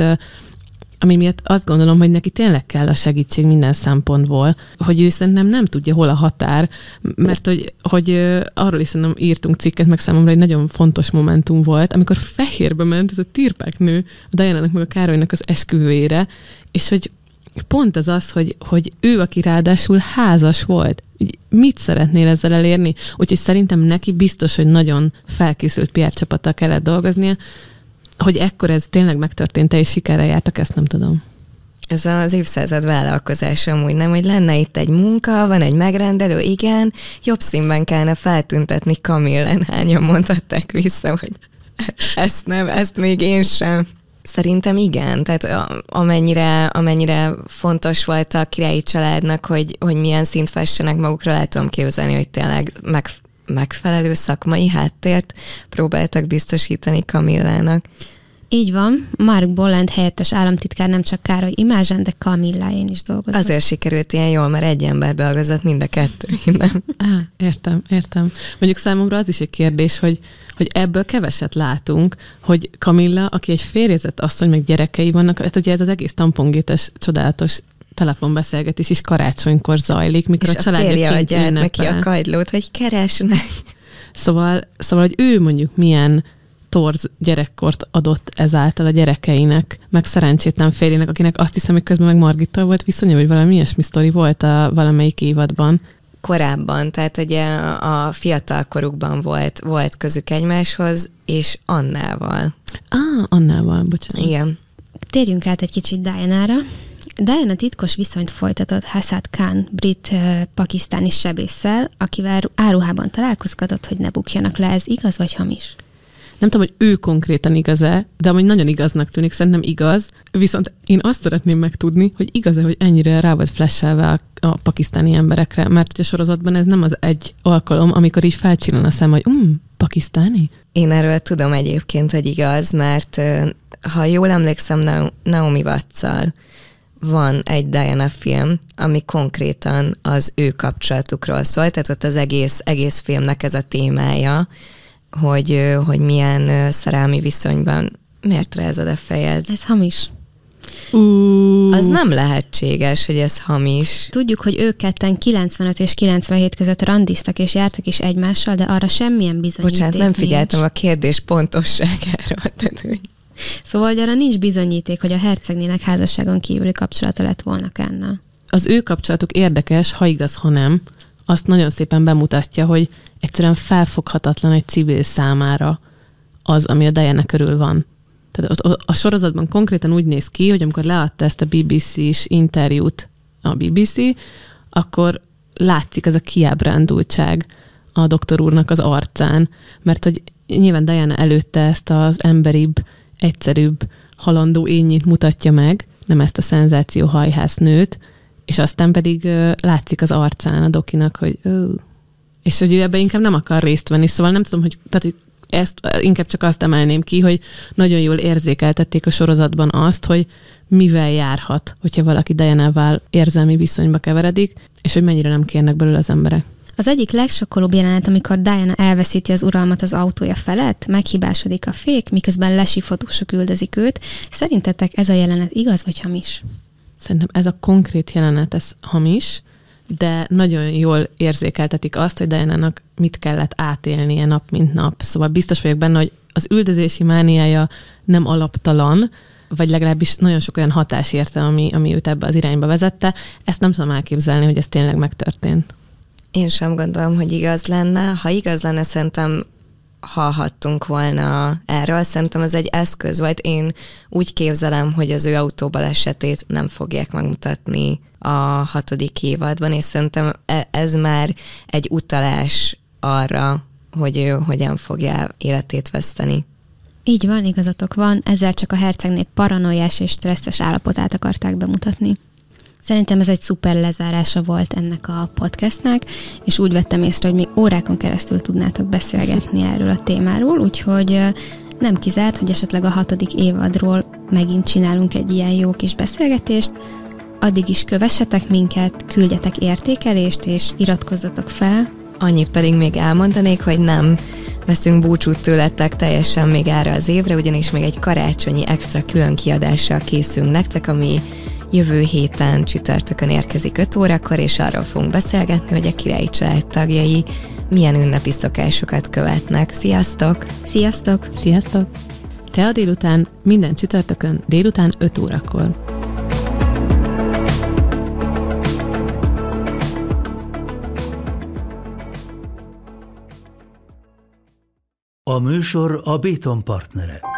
ami miatt azt gondolom, hogy neki tényleg kell a segítség minden szempontból, hogy ő szerintem nem tudja, hol a határ, mert hogy, hogy arról is szerintem írtunk cikket, meg számomra egy nagyon fontos momentum volt, amikor fehérbe ment ez a tirpáknő a Diana-nak meg a Károlynak az esküvőjére, és hogy pont az az, hogy, hogy ő, aki ráadásul házas volt, mit szeretnél ezzel elérni? Úgyhogy szerintem neki biztos, hogy nagyon felkészült pé er csapattal kellett dolgoznia. Hogy ekkor ez tényleg megtörtént-e és sikerrel jártak, ezt nem tudom. Ez az évszázad vállalkozása amúgy, nem, hogy lenne itt egy munka, van egy megrendelő, igen, jobb színben kellene feltüntetni Camillen, hányan mondhatták vissza, hogy ezt nem, ezt még én sem. Szerintem igen, tehát amennyire, amennyire fontos volt a királyi családnak, hogy, hogy milyen szint fessenek magukra, el tudom képzelni, hogy tényleg meg, megfelelő szakmai háttért próbáltak biztosítani Camillának. Így van, Mark Bolland helyettes államtitkár nem csak Károly imázsán, de Camilláján is dolgozott. Azért sikerült ilyen jól, mert egy ember dolgozott mind a kettő. Nem? Á, értem, értem. Mondjuk számomra az is egy kérdés, hogy, hogy ebből keveset látunk, hogy Camilla, aki egy férjezett asszony, meg gyerekei vannak, hát ugye ez az egész tampongétes, csodálatos telefonbeszélgetés is karácsonykor zajlik, mikor és a családja kint adja neki a kagylót, hogy keresnek. Szóval, szóval, hogy ő mondjuk milyen torz gyerekkort adott ezáltal a gyerekeinek, meg szerencsétlen férjének, akinek azt hiszem, hogy közben meg Margittal volt viszonya, vagy valami ilyesmi sztori volt a valamelyik évadban. Korábban, tehát ugye a fiatal korukban volt, volt közük egymáshoz, és Annával. Ah, Annával, bocsánat. Igen. Térjünk át egy kicsit Diana-ra. Diana titkos viszonyt folytatott Hassad Khan, brit uh, pakisztáni sebésszel, akivel áruhában találkozgatott, hogy ne bukjanak le. Ez igaz vagy hamis? Nem tudom, hogy ő konkrétan igaz-e, de amúgy nagyon igaznak tűnik, szerintem igaz, viszont én azt szeretném megtudni, hogy igaz-e, hogy ennyire rá volt flashelve a, a pakisztáni emberekre, mert hogy a sorozatban ez nem az egy alkalom, amikor így felcsillan a szem, hogy um, pakisztáni? Én erről tudom egyébként, hogy igaz, mert ha jól emlékszem, Naomi Watts-szal van egy Diana film, ami konkrétan az ő kapcsolatukról szól, tehát ott az egész, egész filmnek ez a témája, hogy, hogy milyen szerelmi viszonyban. Miért rázod a fejed? Ez hamis. Uh. Az nem lehetséges, hogy ez hamis. Tudjuk, hogy ők ketten kilencvenöt és kilencvenhét között randiztak és jártak is egymással, de arra semmilyen bizonyíték Bocsánat, nem figyeltem nincs. A kérdés pontosságára. Szóval, hogy arra nincs bizonyíték, hogy a hercegnének házasságon kívüli kapcsolata lett volna Khánnal. Az ő kapcsolatuk érdekes, ha igaz, ha nem. Azt nagyon szépen bemutatja, hogy egyszerűen felfoghatatlan egy civil számára az, ami a Diana körül van. Tehát a sorozatban konkrétan úgy néz ki, hogy amikor leadta ezt a bé bé cés interjút a bé bé cé, akkor látszik az a kiábrándultság a doktor úrnak az arcán, mert hogy nyilván Diana előtte ezt az emberibb, egyszerűbb, halandó énnyit mutatja meg, nem ezt a szenzációhajhász nőt, és aztán pedig uh, látszik az arcán a dokinak, hogy uh, és hogy ő ebben inkább nem akar részt venni, szóval nem tudom, hogy, tehát, hogy ezt inkább csak azt emelném ki, hogy nagyon jól érzékeltették a sorozatban azt, hogy mivel járhat, hogyha valaki Dianával érzelmi viszonyba keveredik, és hogy mennyire nem kérnek belőle az emberek. Az egyik legsokkolóbb jelenet, amikor Diana elveszíti az uralmat az autója felett, meghibásodik a fék, miközben lesi fotósok üldözik őt. Szerintetek ez a jelenet igaz vagy hamis? Szerintem ez a konkrét jelenet, ez hamis, de nagyon jól érzékeltetik azt, hogy Diana-nak mit kellett átélnie nap, mint nap. Szóval biztos vagyok benne, hogy az üldözési mániája nem alaptalan, vagy legalábbis nagyon sok olyan hatás érte, ami, ami őt ebbe az irányba vezette. Ezt nem tudom elképzelni, hogy ez tényleg megtörtént. Én sem gondolom, hogy igaz lenne. Ha igaz lenne, szerintem hallhattunk volna erről. Szerintem ez egy eszköz volt. Én úgy képzelem, hogy az ő autóbalesetét nem fogják megmutatni a hatodik évadban, és szerintem ez már egy utalás arra, hogy ő hogyan fogja életét veszteni. Így van, igazatok van, ezzel csak a hercegnép paranoiás és stresszes állapotát akarták bemutatni. Szerintem ez egy szuper lezárása volt ennek a podcastnek, és úgy vettem észre, hogy még órákon keresztül tudnátok beszélgetni erről a témáról, úgyhogy nem kizárt, hogy esetleg a hatodik évadról megint csinálunk egy ilyen jó kis beszélgetést. Addig is kövessetek minket, küldjetek értékelést, és iratkozzatok fel. Annyit pedig még elmondanék, hogy nem veszünk búcsút tőletek teljesen még erre az évre, ugyanis még egy karácsonyi extra külön kiadással készülünk nektek, ami jövő héten csütörtökön érkezik öt órakor, és arról fogunk beszélgetni, hogy a királyi család tagjai milyen ünnepi szokásokat követnek. Sziasztok! Sziasztok! Sziasztok! Tea délután minden csütörtökön délután öt órakor. A műsor a Béton partnere.